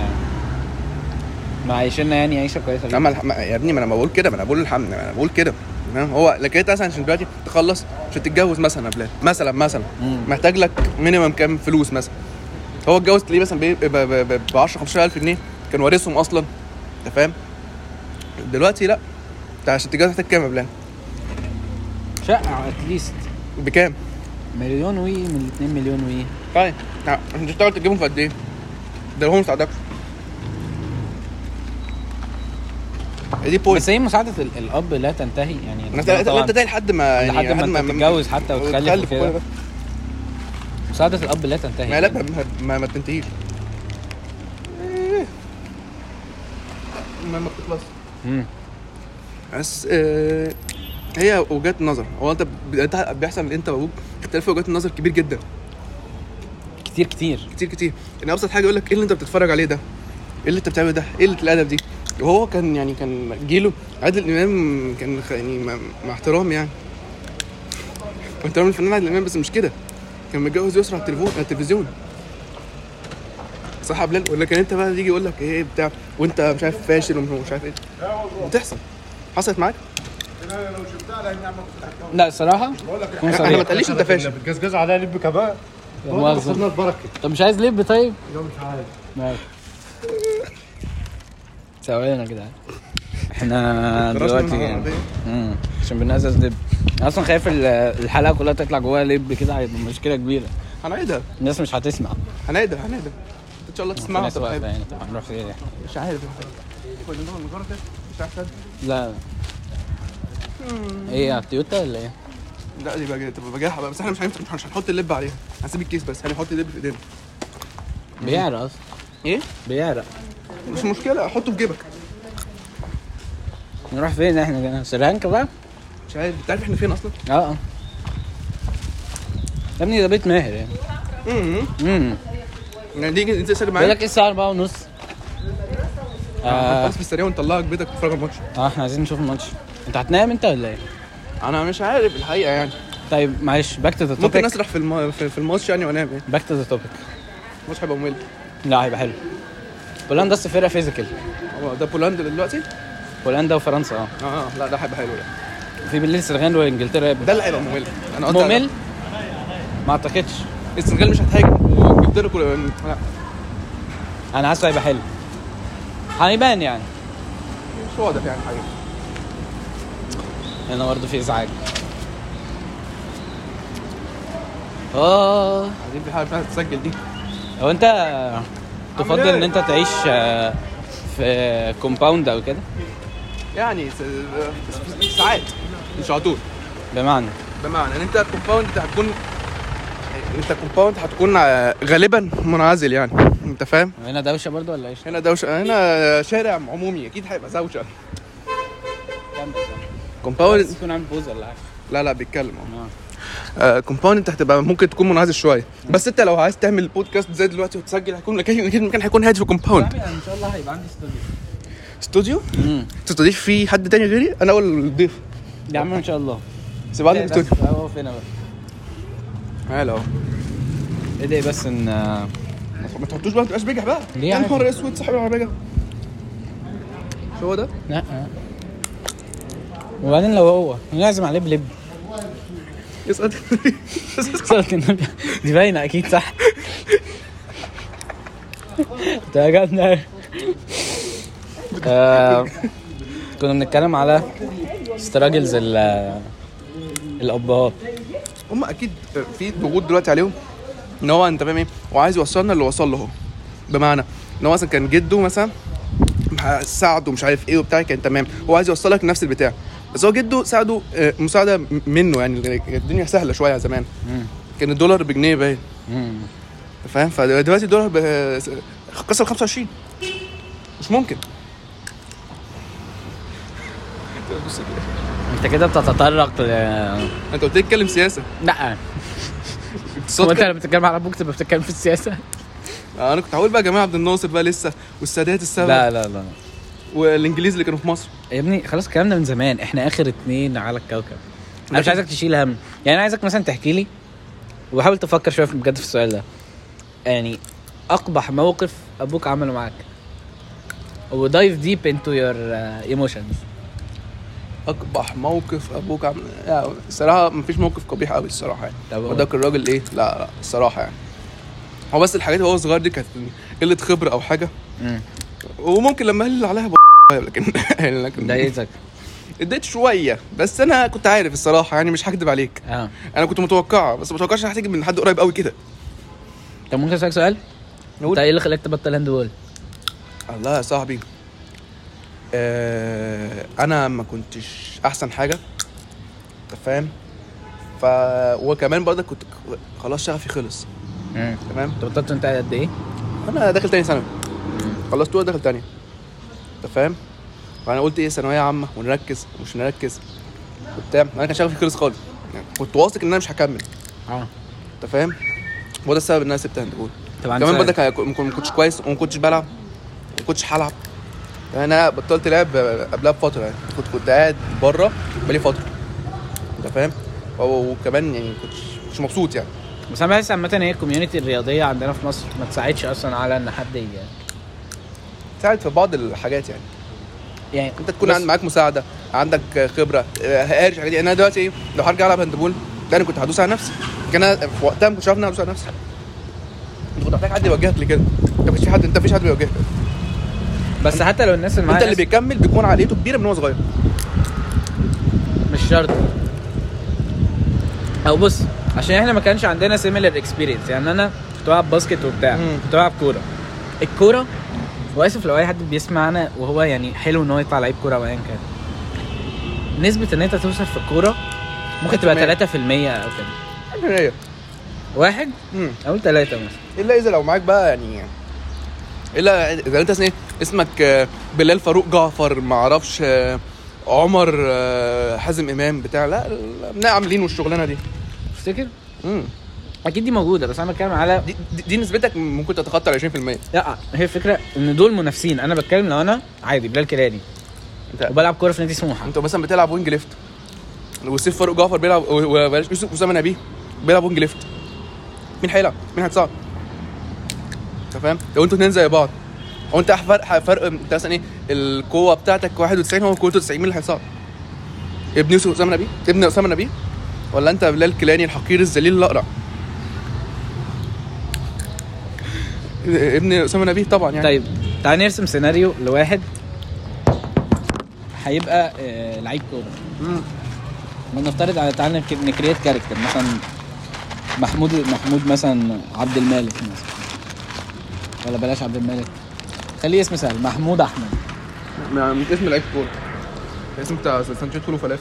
عيشه كويسه يا ابني. ما انا بقول كده. ما انا بقول الحمد. انا بقول كده هو لكن انت مثلا عشان دلوقتي تخلص عشان تتجوز مثلا يا بلاد مثلا محتاج لك مينيمم كام فلوس مثلا. هو اتجوز تلاقيه مثلا ب 10 15000 جنيه كان وارثهم اصلا. انت فاهم. دلوقتي لا انت عشان تتجوز محتاج كام يا بلاد؟ شقه اتليست بكام؟ مليون وي من 2 مليون وي. طيب انت تشتغل تجيبهم في قد ايه؟ ده هو مساعدك دي بوينت. بس هي مساعده الاب لا تنتهي يعني. انت ده لحد ما يعني لحد ما تتجوز حتى وتخلف كده. مساعده الاب لا تنتهي. ما لا ما تنتهيش. ما بتخلص. بس هي وجهات نظر. هو انت بيحصل انت وابوك اختلاف وجهات النظر كبير جدا. كتير. ان ابسط حاجه يقول لك ايه اللي انت بتتفرج عليه ده؟ ايه اللي انت بتعمله ده؟ ايه اللي الادب دي؟ وهو كان جيله عادل امام كان يعني مع احترام يعني احترام الفنان عادل امام. بس مش كده. كان متجوز يسرى على التلفزيون صح يا بلال؟ ولا كان انت بقى يجي يقول لك ايه بتاع وانت مش عارف فاشل ومش عارف ايه بتحصل. حصلت معاك؟ لا صراحه انا ما تقليش انت فاشل. بتجزجز عليها لب كمان. خدنا البركه. طب مش عايز لب طيب؟ لا مش عايز. ماشي. ثواني يا جدعان. احنا دلوقتي عشان بنقزز لب. انا اصلا خايف الحلقه كلها تطلع جواها لب كده، هيبقى مشكله كبيره. هنعيدها، الناس مش هتسمع. هنعيدها ان شاء الله تسمعها. طبعا هنروح فين؟ مش عارف كنا نروح نجرب ده مش عارف. لا ايه على التويوتا ولا ايه؟ لا دي بقى تبقى بجاحه بقى، بس احنا مش هنحط اللب عليها، هنسيب الكيس بس، هنحط اللب في ايدينا. بيعرق اصلا. ايه بيعرق. مش مشكله، احطه في جيبك. نروح فين احنا كده؟ سريلانكا بقى؟ مش عارف، انت عارف احنا فين اصلا؟ اه يا ابني ده بيت ماهر يعني. يعني تيجي انت تسجل بقول معايا. لك ايه الساعه 4:30؟ خلاص في السريع ونطلعك بيتك تتفرج على الماتش. احنا عايزين نشوف الماتش. انت هتنام انت ولا ايه؟ انا مش عارف الحقيقه يعني. طيب معلش باك تو ذا توبيك. ممكن اسرح في الماتش يعني وانام يعني. باك تو ذا توبيك. الماتش هيبقى ممل. لا هيبقى حلو. بولندا اصل فرقه فيزيكال. هو ده بولندا دلوقتي؟ بولندا وفرنسا لا ده هيبقى حلو ده. في بالليل السنغال وانجلترا. ده اللي هيبقى ممل. انا قلت ممل؟ ما اعتقدش. السنغال مش هتهاجم وانجلترا لا. انا حاسس هيبقى حلو. هيبان يعني. مش واضح يعني حاجه. هنا برضه في ازعاج. عايزين في حاجه فيها تسجل دي. هو انت تفضل ان انت تعيش في كومباوند او كده؟ يعني ساعات مش على طول. بمعنى ان انت كومباوند هتكون غالبا منعزل يعني، انت فاهم؟ هنا دوشه برضه ولا ايش؟ هنا دوشه، هنا شارع عمومي اكيد هيبقى دوشه. كومباوند تكون عامل بوز ولا حاجه؟ لا بيتكلم كومباوند انت هتبقى ممكن تكون منعزل شويه، بس انت لو عايز تعمل بودكاست زي دلوقتي وتسجل هيكون اكيد المكان هيكون هادي في كومباوند. ان شاء الله هيبقى عندي استوديو تستضيف فيه حد تاني غيري؟ انا اول ضيف يا عم ان شاء الله. سيب عندي الاستوديو اهو فين بقى؟ هلا اهو. ادعي بس ان ما تحطوش بقى، ما تبقاش بجح بقى. ليه يا نهار اسود صاحب العربيه. شو هو ده؟ لا وبعدين لو هو نعزم عليه بلب. اسال دي باينه اكيد صح. تاجدنا. كنا بنتكلم على ستراجلز الابهات. هم اكيد في ضغوط دلوقتي عليهم ان هو انت فاهم ايه، وعايز يوصلنا اللي وصل له. بمعنى ان هو مثلا كان جده مثلا ساعده مش عارف ايه وبتاع، كان تمام، هو عايز يوصلك نفس البتاع، بس هو جده ساعده مساعده منه يعني. الدنيا سهله شويه زمان. كان الدولار بجنيه باين. فاهم؟ فدلوقتي الدولار كسر 25. مش ممكن. انت كده بتتطرق انت قلت لي اتكلم سياسه. لا هو انت لما بتتكلم على ابوك تبقى بتتكلم في السياسه. انا كنت هقول بقى جماعه عبد الناصر بقى لسه، والسادات السبب. لا والانجليز اللي كانوا في مصر. يا ابني خلاص الكلام ده من زمان، احنا اخر 2 على الكوكب. انا مش عايزك تشيل هم يعني، انا عايزك مثلا تحكي لي وحاول تفكر شويه بجد في السؤال ده. يعني اقبح موقف ابوك عمله معاك ودايف ديب انتو يور ايموشنز. اقبح موقف ابوك عمل يعني الصراحه مفيش موقف قبيح قوي الصراحه يعني. وده الراجل ايه، لا الصراحه يعني هو بس الحاجات وهو صغير دي كانت قله خبره او حاجه. وممكن لما قال عليها لكن ضايقتك؟ اديت شويه، بس انا كنت عارف الصراحه يعني، مش هكدب عليك. انا كنت متوقعه، بس ما توقعتش هتيجي من حد قريب قوي كده. طب ممكن اسالك سؤال؟ انت ايه اللي خلاك تبطل هاند بول؟ الله يا صاحبي، انا ما كنتش احسن حاجه، انت فاهم؟ وكمان برضه كنت خلاص شغفي خلص. تمام. انت بطلت انت قد ايه؟ انا داخل تاني ثانوي. خلصت اولى داخل تاني، انت فاهم؟ فانا قلت ايه، ثانويه عامه ونركز ومش نركز وبتاع. انا كان شغفي خلص خالص يعني، كنت واثق ان انا مش هكمل. انت فاهم؟ وده السبب ان انا سبت هاند بول. كمان برضه ما كنتش كويس وما كنتش بلعب وما كنتش هلعب. انا بطلت لعب قبلها بفتره يعني، كنت قاعد بره بقالي فتره، انت فاهم؟ وكمان يعني كنتش مبسوط يعني. بس انا بحس عامه هي الكوميونتي الرياضيه عندنا في مصر ما تساعدش اصلا على ان حد تساعد في بعض الحاجات يعني انت تكون معاك مساعده، عندك خبره، قارش حاجات دي. انا دلوقتي ايه، لو هرجع العب هاندبول ده انا كنت هدوس على نفسي. كان انا في وقتها ما كنتش عارف ان انا هدوس على نفسي. انت كنت محتاج حد يوجهك لكده. انت مفيش حد بيوجهك. بس حتى لو الناس اللي انت معايا اللي بيكمل بيكون عقليته كبيره من هو صغير. مش شرط. او بص، عشان احنا ما كانش عندنا سيميلر اكسبيرينس. يعني انا كنت بلعب باسكت وبتاع، كنت بلعب كوره. الكوره، واسف لو اي حد بيسمعنا وهو يعني حلو ان هو يطلع لعيب كوره او ايا كان، نسبه ان انت توصل في الكوره ممكن تبقى 3% او كده. هي واحد او 3 مثلا. الا اذا لو معاك بقى يعني، الا اذا انت اسمك بلال فاروق جعفر، ما اعرفش عمر حازم امام بتاع، لا عاملين والشغلانه دي تفتكر؟ اكيد دي موجوده، بس انا بتكلم على دي نسبتك ممكن تتخطى ال 20%. لا، هي الفكره ان دول منافسين. انا بتكلم لو انا عادي بلال كيلاني وبلعب كوره في نادي سموحه، انت مثلا بتلعب وينج ليفت، وسيف فاروق جعفر بيلعب، وبلاش يوسف اسامه نبيه بيلعب وينج ليفت، مين هيلعب؟ مين هيتصعد؟ انت فاهم؟ لو انتوا اتنين زي بعض، او انت فرق انت مثلا ايه القوه بتاعتك 91 هو قوته 90، مين اللي هيتصعد؟ ابن يوسف اسامه نبيه، ابن اسامه نبيه، ولا انت بلال كيلاني الحقير الذليل الاقرع؟ ابن اسامه نبيه طبعا يعني. طيب تعال نرسم سيناريو لواحد هيبقى لعيب كوره. ونفترض على تعال نكريت كاركتر مثلا محمود مثلا عبد المالك مثلا، ولا بلاش عبد المالك، خليه اسم سهل، محمود احمد. مش اسم لعيب كوره، اسم بتاع سانشيز فول وفلافل.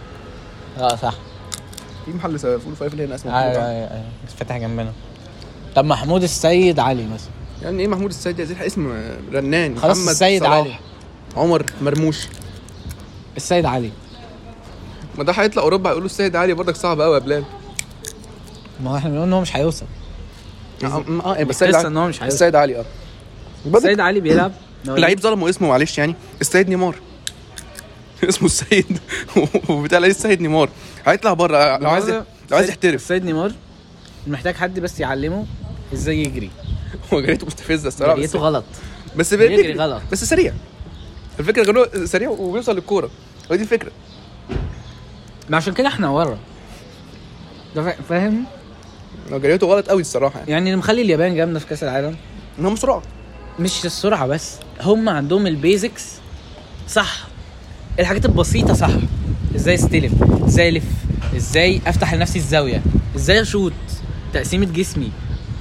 صح، في محل فول وفلافل هنا اسمه ايوه فتح جنبنا. طب محمود السيد علي مثلا، يعني ايه محمود السيد يا زين؟ اسم رنان. خلاص محمد السيد صلاح. علي، عمر مرموش. السيد علي. ما ده هيطلع اوروبا هيقولوا السيد علي برضك صعب قوي يا بلال. ما هو احنا بنقول ان هو مش هيوصل. بس السيد علي السيد علي بيلعب لعيب ظلموا اسمه معلش يعني، السيد نيمار اسمه السيد وبتاع السيد نيمار هيطلع بره لو عايز يحترف. السيد نيمار محتاج حد بس يعلمه ازاي يجري. هو جريته مستفزه الصراحه، جريته غلط، بس بيجري غلط، بس سريع. الفكره غيره سريع وبيوصل للكوره، ودي الفكره. ما عشان كده احنا ورا ده، فاهم؟ هو جريته غلط قوي الصراحه يعني اللي مخلي اليابان جامده في كاس العالم انهم سرعه. مش السرعه بس، هم عندهم البيزكس صح، الحاجات البسيطه صح. ازاي استلم، ازاي الف، ازاي افتح لنفسي الزاويه، ازاي اشوط، تقسيمه جسمي.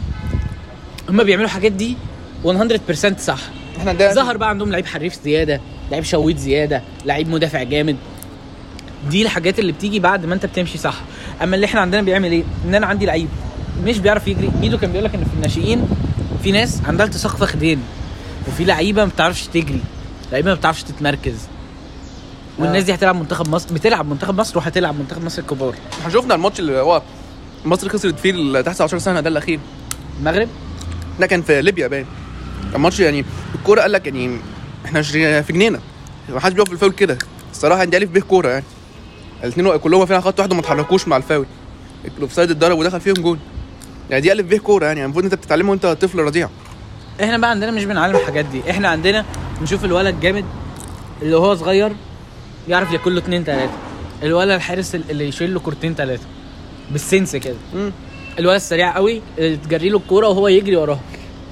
هم بيعملوا الحاجات دي 100% صح. احنا ده ظهر بقى عندهم لعيب حريف زياده، لعيب شويت زياده، لعيب مدافع جامد. دي الحاجات اللي بتيجي بعد ما انت بتمشي صح. اما اللي احنا عندنا بيعمل ايه؟ ان انا عندي لعيب مش بيعرف يجري. ميدو كان بيقول لك ان في الناشئين في ناس عندها التصاق فخدين، وفي لعيبه ما بتعرفش تجري، لعيبه ما بتعرفش تتمركز. والناس دي هتلعب منتخب مصر، بتلعب منتخب مصر وهتلعب منتخب مصر الكبار. احنا شفنا الماتش اللي هو مصر خسرت فيه تحت 10 سنه ده الاخير، المغرب ده كان في ليبيا باين. الماتش يعني الكوره قال لك يعني احنا في جنينه، ما حدش بيقف في الفاول كده الصراحه. دي الف به كوره يعني، الاثنين كلهم فينا خط واحد وما اتحركوش مع الفاول، الاوفسايد اتضرب ودخل فيهم جول. يعني دي الف به كوره يعني، المفروض انت بتتعلمه وانت طفل رضيع. احنا بقى عندنا مش بنعلم الحاجات دي. احنا عندنا نشوف الولد جامد اللي هو صغير يعرف ياكل له 2 3، الولد الحارس اللي يشيل له كورتين 3 بالسنس كده، الولد السريع قوي اللي تجري له الكوره وهو يجري وراها.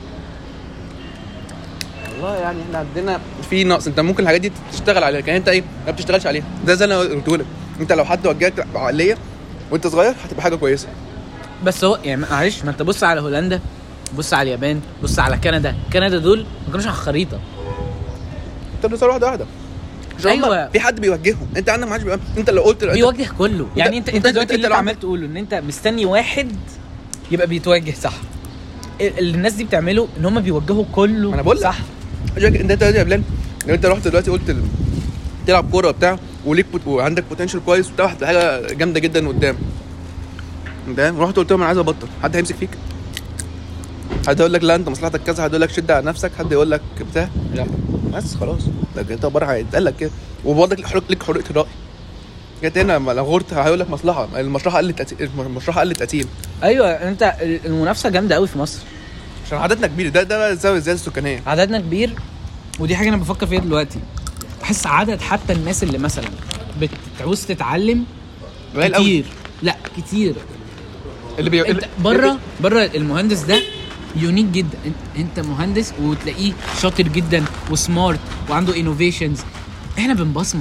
والله يعني احنا عندنا في نقص. انت ممكن الحاجات دي تشتغل عليها، لكن انت ايه ما بتشتغلش عليها. ده زي انا قلت لك، انت لو حد وجهك بعقليه وانت صغير هتبقى حاجه كويسه. بس هو يعني معلش، ما انت بص على هولندا، بص على اليابان، بص على كندا دول ما كانوش على الخريطه. انت بتصير واحده ايوه في حد بيوجههم. انت عندك ما حدش انت لو قلت بيوجه كله. يعني انت دلوقتي اللي عمال تقوله ان انت مستني واحد يبقى بيتوجه صح. اللي الناس دي بتعمله ان هم بيوجهوا كله. انا بقول صح. انت يا بلال لو انت رحت دلوقتي قلت تلعب كوره وبتاع وليك وعندك بوتنشال كويس وبتاع، هتبقى حاجه جامده جدا قدام. انت رحت قلت لهم انا عايز ابطل، حد هيمسك فيك؟ حد يقول لك لا انت مصلحتك كذا، حد يقول لك شد على نفسك، حد يقول لك بتاع لا بس خلاص. لكن انت بره هيتقال لك كده، وبرضك لك حريه الراي. جيت هنا لو غورت هيقول لك مصلحه، المشرحه قلت قتيل. ايوه انت المنافسه جامده قوي في مصر عشان عددنا كبير. ده الزياده السكانيه، عددنا كبير. ودي حاجه انا بفكر فيها دلوقتي. بحس عدد حتى الناس اللي مثلا بتعوز تتعلم كتير. لا كتير. اللي بره المهندس ده يونيك جدا. انت مهندس وتلاقيه شاطر جدا وسمارت وعنده انوفيشنز. احنا بنبصمج.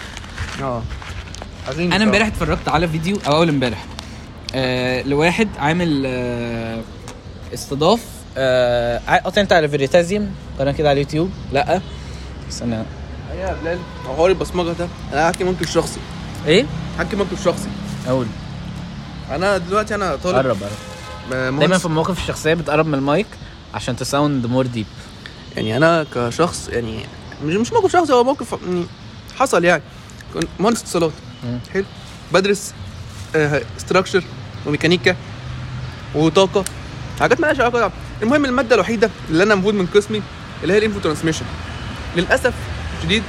انا امبارح اتفرجت على فيديو او اول امبارح لواحد عامل استضاف قطع انت على فيريتازيوم قناه كده على اليوتيوب. لا استنى يا بلال، حوار البصمجه ده انا هحكي موقف شخصي. ايه هحكي موقف شخصي. اقول انا دلوقتي انا طالب قرب دايما في المواقف الشخصيه بتقرب من المايك عشان تساوند مور ديب. يعني انا كشخص يعني مش موقف شخصي، هو موقف يعني حصل. يعني كنت مهندس اتصالات حلو، بدرس ستراكشر وميكانيكا وطاقه، حاجات مالهاش علاقه. المهم الماده الوحيده اللي انا المفروض من قسمي اللي هي الانفو ترانسميشن، للاسف شديد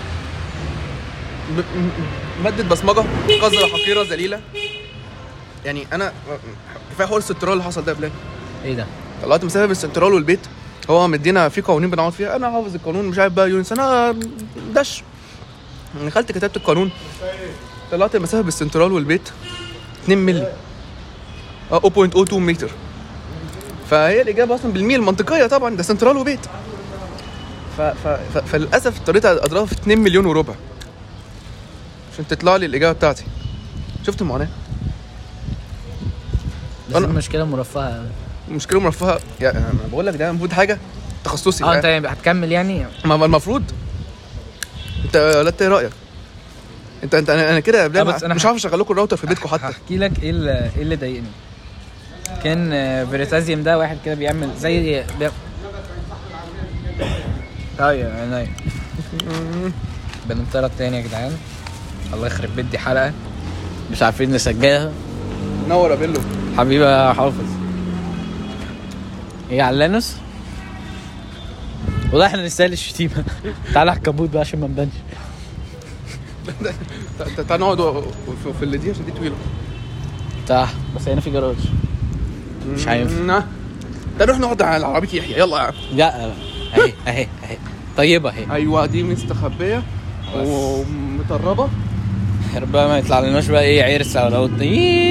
ماده بصمجه قذره حقيره ذليله. يعني انا كفايه حوار السنترال اللي حصل ده يا بلال. ايه ده؟ طلعت مسافه بالسنترال والبيت، هو مدينا في قوانين بنقعد فيها، انا حافظ القانون مش عارف بقى يونس، انا دش دخلت كتبت القانون، طلعت المسافه بالسنترال والبيت 2 مللي 0.02 متر. فهي الاجابه اصلا بالميل المنطقيه طبعا، ده سنترال وبيت. فللاسف اضطريت اضربها في 2 مليون وربع عشان تطلع لي الاجابه بتاعتي. شفت المعاناه؟ بس المشكله مرفهه. مشكله مرفهه يعني. انا بقول لك ده المفروض حاجه تخصصي. انت هتكمل يعني؟ ما المفروض. انت ولا انت ايه رايك؟ انت انا كده مش عارف اشغل لكم الراوتر في بيتكم حتى. احكي لك ايه اللي ضايقني. كان فيريتازيوم ده واحد كده بيعمل زي عينيا بنطرد تاني يا جدعان. الله يخرب بيت دي حلقه مش عارفين نسجلها. نور يا بيلو حبيبي يا حافظ. ايه علانوس والله احنا نستاهل الشتيمه. تعالى على الكبوت بقى عشان ما نبانش. تعال نقعد في اللي دي عشان دي طويله. صح بس هنا في جراج مش هينفع. تعال نروح نقعد على عربيه يحيى. يلا يا عم. لا اهي طيبه اهي. ايوه دي مستخبيه ومطربه. ربما ما يطلع لناش بقى ايه عرسه ولا قط.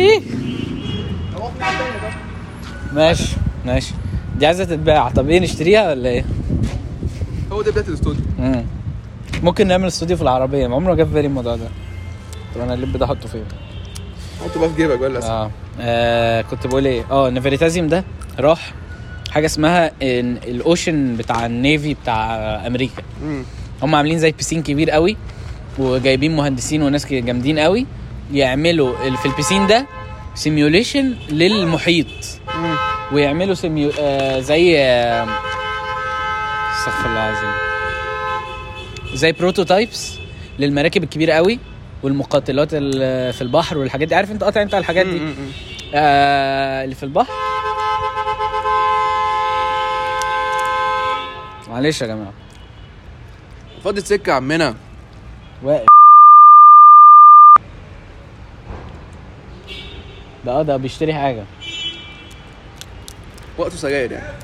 ماشي دي عايزه تتباع. طب ايه نشتريها ولا ايه؟ هو ده بدايه الاستوديو. ممكن نعمل استوديو في العربيه. ما عمره جاب في بالي الموضوع ده. طب انا اللب ده احطه فين؟ حطه بقى في جيبك ولا كنت بقول ايه ان فيريتازيوم ده راح حاجه اسمها الاوشن بتاع النيفي بتاع امريكا. هم عاملين زي بيسين كبير قوي وجايبين مهندسين وناس جامدين قوي يعملوا في البيسين ده سيميوليشن للمحيط. ويعملوا زي استغفر الله العظيم زي بروتوتايبس للمراكب الكبيره قوي والمقاتلات في البحر والحاجات دي. عارف انت قاطع انت الحاجات دي اللي في البحر. معلش يا جماعه فاضي سكه عمنا واقف ده بيشتري حاجه وقته سجاير يعني.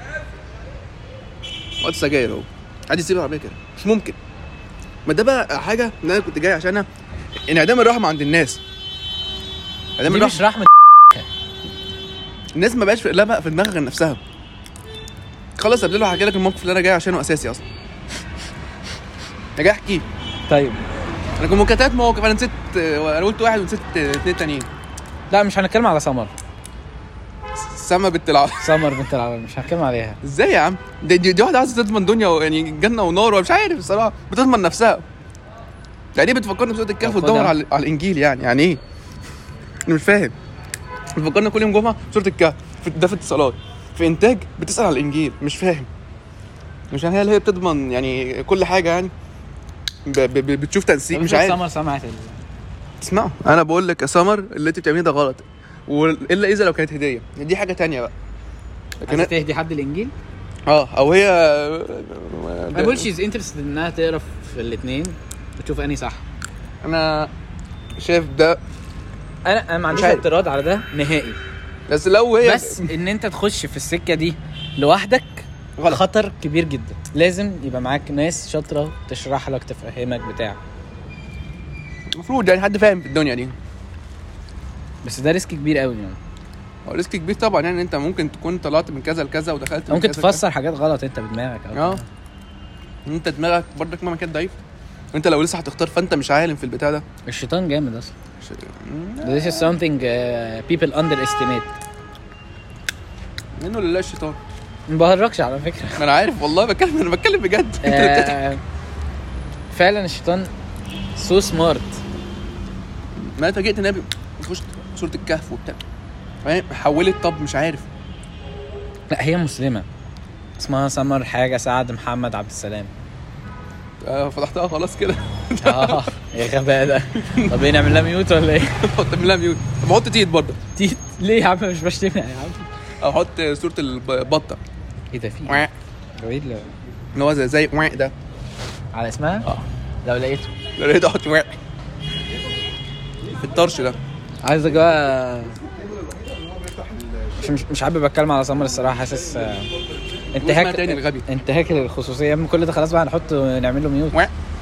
وقته سجاير اهو. عادي تسيب العربيه كده مش ممكن. ما ده بقى حاجه ان انا كنت جاي عشانها. انعدام الرحمه عند الناس. دي مش رحمه. الناس ما بقاش لا بقى في دماغها غير نفسها. خلاص قبل له هحكي لك الموقف اللي انا جاي عشانه اساسي اصلا. انا جاي احكي. طيب انا كنت مكتبت مواقف. انا نسيت، انا قلت واحد ونسيت 2 تانيين. لا مش هنتكلم على سمر بنت العرب. سمر بنت العرب مش هتكلم عليها. ازاي يا عم؟ دي واحده عايزه تضمن دنيا يعني جنه ونار ومش عارف الصراحه. بتضمن نفسها. يعني ايه بتفكرني بسوره الكهف وتدور على الانجيل؟ يعني ايه؟ انا مش فاهم. بتفكرنا كل يوم جمعه سوره الكهف ده في اتصالات في انتاج بتسال على الانجيل. مش فاهم. مش هي اللي هي بتضمن يعني كل حاجه يعني بتشوف تنسيق. مش عارف. سمر سمعت اسمعوا انا بقول لك يا سمر اللي انت بتعمليه ده غلط. والا اذا لو كانت هديه دي حاجه تانية بقى. لكن تهدي حد الانجيل او هي ما بقولش از انترستد انها تقرا في الاثنين وتشوف اني صح. انا شايف ده. انا ما عنديش اعتراض على ده نهائي. بس لو هي بس ان انت تخش في السكه دي لوحدك غلط. خطر كبير جدا. لازم يبقى معاك ناس شاطره تشرح لك تفهمك بتاع. المفروض يعني حد فاهم في الدنيا دي. بس ده ريسك كبير قوي يعني. هو ريسك كبير طبعا يعني. انت ممكن تكون طلعت من كذا لكذا ودخلت ممكن كذا تفسر حاجات غلط انت بدماغك انت دماغك برضك مهما كانت ضعيف. انت لو لسه هتختار فانت مش عالم في البتاع ده. الشيطان جامد اصلا. This is something people underestimate. منه لله الشيطان. ما بهرجش على فكره. ما انا عارف والله، انا بتكلم بجد. فعلا الشيطان so smart. ما اتفاجئت ان انا بخش سوره الكهف وبتاع فاهم، حولت. طب مش عارف. لا هي مسلمه اسمها سمر حاجه سعد محمد عبد السلام. فتحتها خلاص كده. يا غباء ده. طب ايه نعمل لها ميوت ولا ايه؟ نعمل لها ميوت. طب احط تيت برضه. تيت ليه يا عم؟ مش بشتمها يا عم. احط سوره البطه. ايه ده فيه جميل ان هو زي ده على اسمها. لو لقيته احط في الطرش ده. عايزك بقى مش حابب اتكلم على سمر الصراحه. حاسس انتهاك للخصوصيه يا ابني. كل ده خلاص بقى هنحط نعمل له ميوت.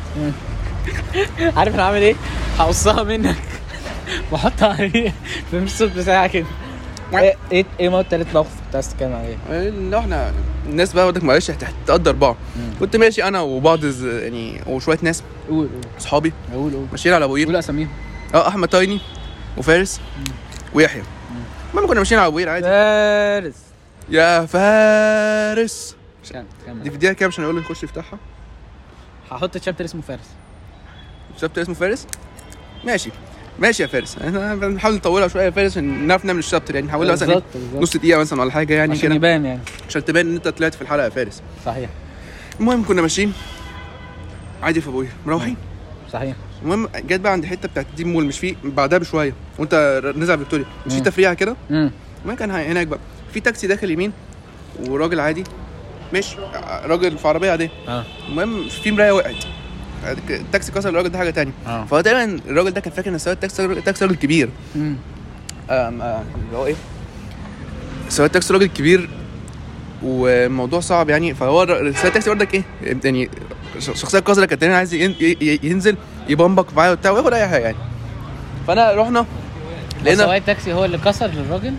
عارف انا هعمل ايه؟ هقصها منك واحطها عليه في الصوت بتاعك كده. ايه ما التالت موقف كنت عايز تتكلم عليه؟ لو احنا الناس بقى ودك معلش هتقدر بعض. كنت ماشي انا وبعض يعني وشويه ناس قول اصحابي قول ماشيين على ابو قير. قول اساميهم. احمد تايني وفارس ويحيى. المهم كنا ماشيين على ابو قير عادي. فارس يا فارس. كمل. دي في دقيقه كام عشان اقول له نخش يفتحها. هحط تشابتر اسمه فارس. شابتر اسمه فارس. ماشي يا فارس. احنا بنحاول نطولها شويه يا فارس عشان نعرف نعمل الشابتر يعني. نحولها مثلا نص دقيقه مثلا ولا حاجه يعني عشان يبان يعني. عشان تبان ان انت طلعت في الحلقه يا فارس. صحيح. المهم كنا ماشيين عادي في ابويا مروحين. صحيح. المهم جت بقى عند حته بتاعت دي مول، مش في بعدها بشويه وانت نزل فيكتوريا مش في تفريعه كده. المهم كان هناك بقى في تاكسي داخل يمين وراجل عادي ماشي، راجل في عربيه عاديه. المهم في مرايه وقعت، التاكسي كسر الراجل ده حاجه تانية. فهو دايما الراجل ده كان فاكر ان سواق التاكسي راجل كبير. اللي هو ايه، سواق التاكسي راجل كبير والموضوع صعب يعني. فهو سواق التاكسي برضك ايه يعني شخصيه قذره كانت عايز ينزل يبمبك معايا وبتاع وياخد اي حاجه يعني. فانا رحنا لقينا سواق التاكسي هو اللي كسر للراجل.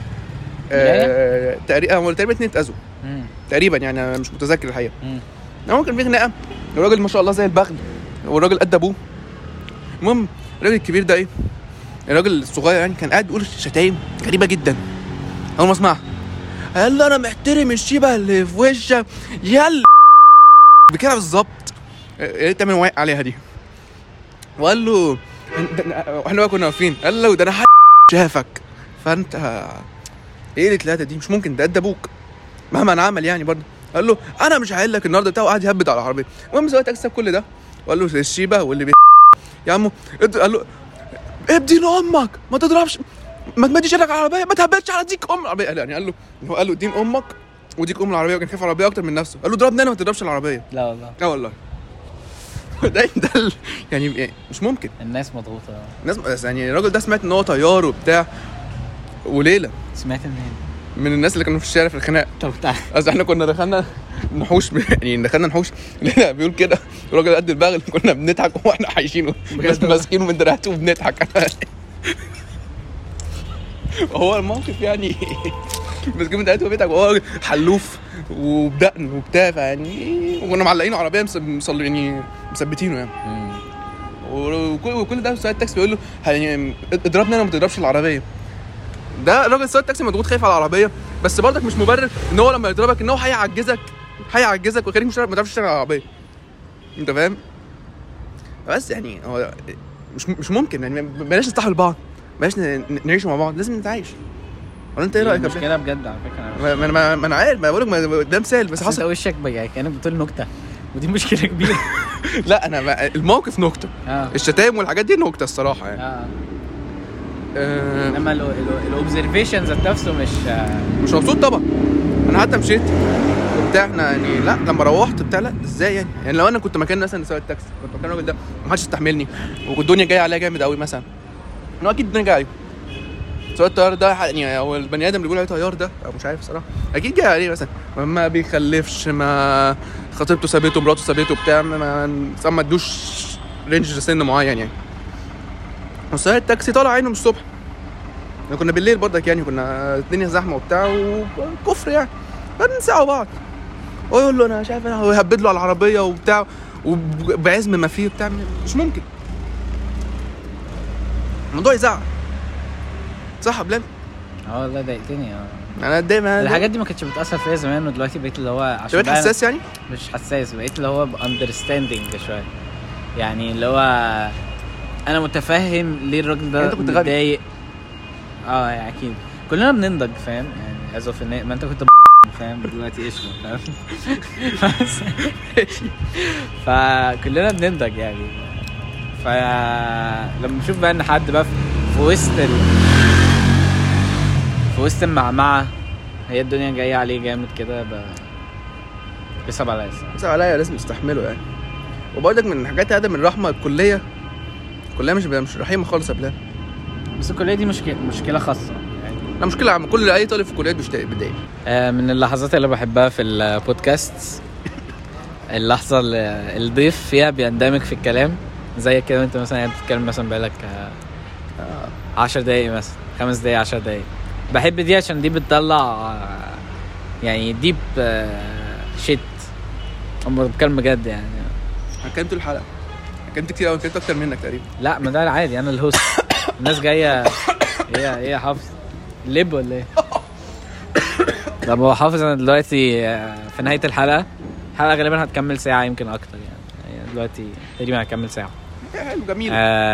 تقريبا 2 اتأذوا تقريبا يعني. انا مش متذكر الحقيقه. ممكن في خناقه. الراجل ما شاء الله زي البغل والراجل قد ابوه. المهم الراجل الكبير ده ايه، الراجل الصغير يعني كان قاعد بيقول شتايم غريبه جدا. اول ما اسمعها قال له انا محترم الشيبه اللي في وشك يلا بكده بالظبط. انت من واقع عليها دي. وقال له احنا بقى كنا واقفين قال له ده انا شافك. فانت ايه اللي ثلاثه دي؟ مش ممكن، ده قد ابوك مهما انا عمل يعني برضه. قال له انا مش هقول لك النهارده بتاعه. قاعد يهبد على العربيه. المهم سواق تكسب كل ده وقال له الشيبه واللي يا عمو. قال له ادين امك ما تضربش، ما تمديش ايدك على العربيه، ما تهبدش على ديك ام العربيه يعني. قال له دين امك وديك ام العربيه. وكان خايف على العربيه اكتر من نفسه. قال له ضربني انا ما تضربش العربيه. لا والله. والله ده يعني مش ممكن. الناس مضغوطه. الناس يعني الراجل ده سمعت ان هو طيار وبتاع وليله. سمعت منين؟ من الناس اللي كانوا في الشارع في الخناق. طب تعال. اصل احنا كنا دخلنا نحوش يعني دخلنا نحوش لقينا بيقول كده الراجل قد البغل. كنا بنضحك واحنا عايشين ماسكينه من دراعته وبنضحك. هو الموقف يعني ماسكين من دراعته وبنضحك وهو حلوف وبدقن وبتاع يعني. وكنا معلقين عربيه يعني مثبتينه يعني. وكل ده سواق التاكسي بيقول له يعني اضربني انا ما تضربش العربيه. ده الراجل سواق التاكسي مضغوط خايف على العربيه، بس برضك مش مبرر ان هو لما يضربك ان هو هيعجزك ويخليك ما تعرفش تشتغل على العربيه. انت فاهم؟ بس يعني هو مش ممكن يعني. بلاش نستحمل بعض، بلاش نعيش مع بعض، لازم نتعايش. ولا انت ايه رايك؟ مش كده بجد على فكره. ما انا عارف، ما بقولك ده مثال بس حصل. انت وشك بقى كانك بتقول نكته ودي مشكله كبيره. لا انا الموقف نكته. الشتايم والحاجات دي نكته الصراحه يعني. انما الاوبزرفيشن ذات نفسه مش مبسوط طبعا. انا حتى مشيت وبتاع احنا يعني. لا لما روحت بتاع لا ازاي يعني لو انا كنت مكان مثلا سواق التاكسي، كنت مكان الراجل ده ما حدش يستحملني والدنيا جايه عليا جامد قوي مثلا، انه اكيد الدنيا جايه عليه. سواق الطيار ده يعني او البني ادم اللي بيقول عليه طيار ده او مش عارف الصراحه اكيد جاي عليه مثلا ما بيخلفش، ما خطيبته سابته، مراته سابته بتاع، ما ادوش رينج سن معين يعني. وسواق التاكسي طالع عينه من الصبح كنا بالليل برضك يعني، كنا الدنيا زحمه وبتاع وكفر يعني، بنساعوا بعض. ويقول له انا مش عارف، هو يهبد له على العربيه وبتاع وبعزم ما فيه بتاع، مش ممكن الموضوع يزعل. صح يا بلال؟ والله ضايقتني. انا دايما الحاجات دي ما كانتش بتاثر فيا زمان، ودلوقتي بقيت اللي هو عشان بقيت حساس يعني. مش حساس، بقيت اللي هو اندرستاندينج شويه، يعني اللي هو انا متفهم ليه الراجل ده متضايق. يعني اكيد كلنا بننضج، فاهم يعني، ازو في ما انت كنت فاهم دلوقتي ايش فاهم. فكلنا بننضج يعني. فلما نشوف بقى ان حد بقى في وسط المعمعة، هي الدنيا جاية عليه جامد كده، بيصعب عليا لازم نستحمله يعني. وبرضك من حاجات عدم الرحمة الكلية مش رحيمة خالص يا بلال. بس الكلية دي مشكلة خاصة يعني. لا مشكلة عامة، كل أي طالب في الكليات بيتضايق. من اللحظات اللي بحبها في البودكاست اللحظة اللي الضيف فيها بيندمج في الكلام، زي كده انت مثلا بتتكلم مثلا بقالك 10 دقايق مثلا، 5 دقايق 10 دقايق. بحب دي عشان دي بتطلع يعني ديب شيت. أما بتكلم بجد يعني. أنا كلمت طول الحلقة، كلمت كتير أوي، كلمت أكتر منك تقريبا. لا ما ده عادي، أنا الهوست. الناس جاية هي حافظ لب ولا ايه؟ طب هو حافظ. أنا دلوقتي في نهاية الحلقة غالبا هتكمل ساعة يمكن أكتر يعني دلوقتي تقريبا هتكمل ساعة. حلو جميل.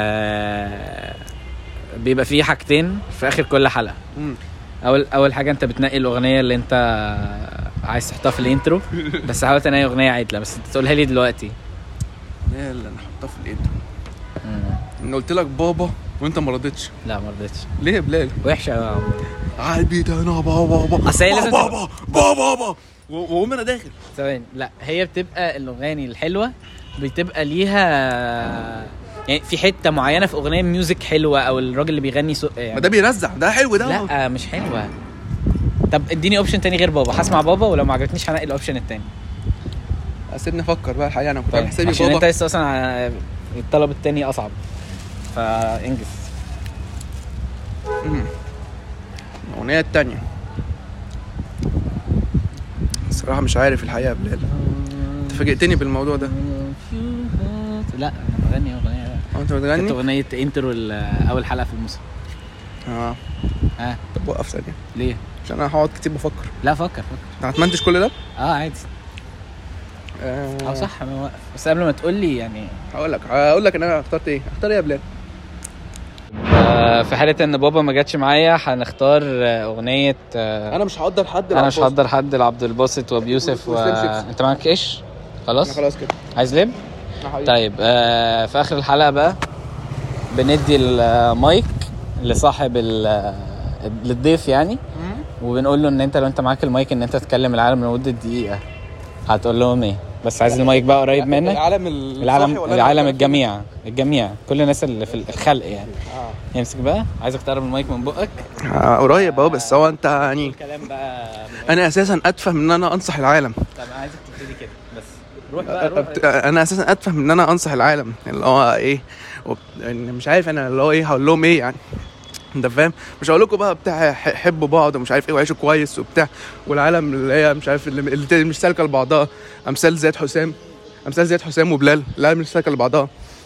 بيبقى فيه حاجتين في آخر كل حلقة. أول حاجة أنت بتنقي الأغنية اللي أنت عايز تحطها في الانترو، بس حاول تنقي أغنية عدلة، بس أنت تقولها لي دلوقتي. اللي أنا حطها في الانترو أنا قلت لك بابا وأنت ما رضيتش. لا ما رضيتش. ليه يا بلال؟ وحشة يا عم. عالبيت أنا بابا أصل هي لازم بابا وهم أنا داخل ثواني. لا هي بتبقى الأغاني الحلوة بتبقى ليها يعني في حتة معينة في أغنية ميوزك حلوة، أو الراجل اللي بيغني يعني. ما ده بيرزع، ده حلو ده. لا مش حلوة. طب اديني اوبشن تاني غير بابا، هسمع بابا، ولو ما عجبتنيش هنقي الاوبشن التاني. سيبني افكر بقى الحقيقة. انا كنت عامل حسابي عشان بابا انت لسه اصلا الطلب التاني اصعب، فانجز. الأغنية التانية الصراحة مش عارف الحقيقة يا بلال، انت فاجئتني بالموضوع ده. لا انا بغني اغنية. انت بتغني؟ كانت اغنية انترو اول حلقة في الموسم. طب وقف ثانية. ليه؟ عشان انا هقعد كتير بفكر. لا فكر. هتمنتج كل ده؟ عادي. او صح ما وقف، بس قبل ما تقول لي يعني هقول لك ان انا اخترت ايه يا بلال. في حالة ان بابا ما جاتش معايا هنختار اغنية انا مش هقدر حد لعبد الباسط وبيوسف انت معاك ايش؟ خلاص كده. عايز لب؟ طيب في اخر الحلقة بقى بندي المايك لصاحب للضيف يعني، وبنقول له ان انت لو انت معاك المايك ان انت تكلم العالم لمدة دقيقة، هتقول لهم ايه؟ بس عايز المايك بقى قريب منك. العالم الجميع كل الناس اللي في الخلق يعني. يمسك بقى، عايزك تقرب المايك من بقك. قريب اهو، بس هو انت يعني الكلام بقى انا اساسا اتفهم ان انا انصح العالم. طب عايزك تبتدي كده بس. روح بقى. انا اساسا اتفهم ان انا انصح العالم اللي هو ايه يعني، مش عارف انا اللي هو ايه هقول لهم ايه يعني، انت فاهم؟ مش هقول لكم بقى بتاع حبوا بعض ومش عارف ايه وعيشوا كويس وبتاع، والعالم اللي هي مش عارف اللي مش سالكه لبعضها، امثال زياد حسام وبلال، لا مش سالكه لبعضها.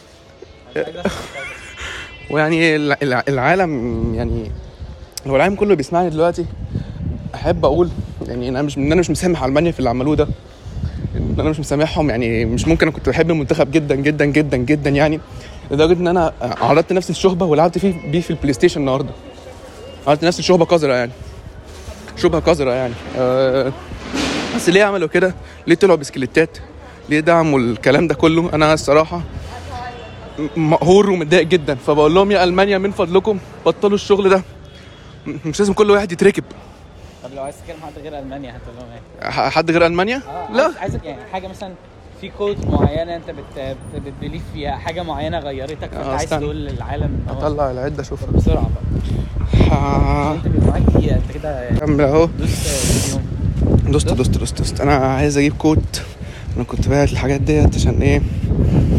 ويعني العالم يعني لو العالم كله بيسمعني دلوقتي، احب اقول يعني انا مش مسامح المانيا في اللي عملوه ده، ان انا مش مسامحهم يعني. مش ممكن، انا كنت بحب المنتخب جدا جدا جدا جدا يعني، لدرجه ان انا عرضت نفس الشهبه ولعبت بيه في البلاي ستيشن النهارده. عرضت نفس الشهبه قذره يعني بس ليه عملوا كده؟ ليه طلعوا بسكليتات؟ ليه دعموا الكلام ده كله؟ انا الصراحه مقهور ومتضايق جدا. فبقول لهم يا المانيا من فضلكم بطلوا الشغل ده، مش لازم كل واحد يتركب. طب لو عايز تكلم حد غير المانيا هتقول لهم ايه؟ حد غير المانيا؟ لا عايزك يعني حاجه مثلا في كود معينه انت بتبليف فيها، حاجه معينه غيرتك فانت عايز تقول للعالم. اطلع العده اشوفها بسرعه بقى. انت كده معاك دقيقه، انت كده كمل اهو. دوست انا عايز اجيب كود. انا كنت باعت الحاجات ديت عشان ايه؟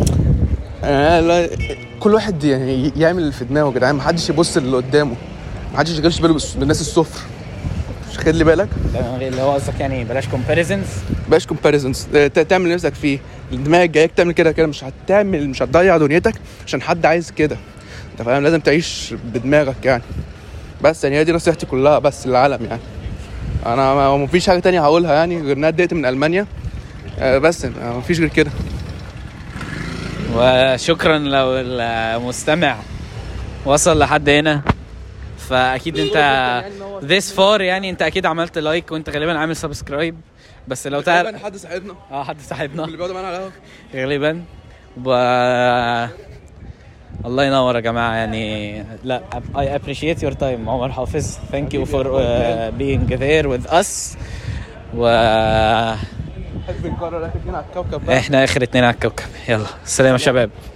كل واحد يعني يعمل اللي في دماغه يا جدعان، محدش يبص اللي قدامه. محدش يشغلش باله بالناس الصفر. مش خد لي بالك اللي هو قصدك يعني بلاش كومباريزنز. باش كومباريزنز تعمل نفسك فيه. الدماغ جايك تعمل كده مش هتضيع دنيتك عشان حد عايز كده. انت فاهم؟ لازم تعيش بدماغك يعني. بس يعني هي دي نصيحتي كلها بس للعالم يعني. انا ما فيش حاجه تانية هقولها يعني غير انها اتضايقت من المانيا بس ما فيش غير كده. وشكرا لو المستمع وصل لحد هنا، فاكيد انت this far يعني انت اكيد عملت لايك وانت غالبا عامل سبسكرايب. بس لو غالبا حد صاحبنا حد صاحبنا اللي بيقعدوا معانا على القهوه غالبا. الله ينور يا جماعه يعني. لا I appreciate your time عمر حافظ. thank you for being there with us. نحب نكرر اخر اتنين على الكوكب. احنا اخر 2 على الكوكب. يلا سلام يا شباب.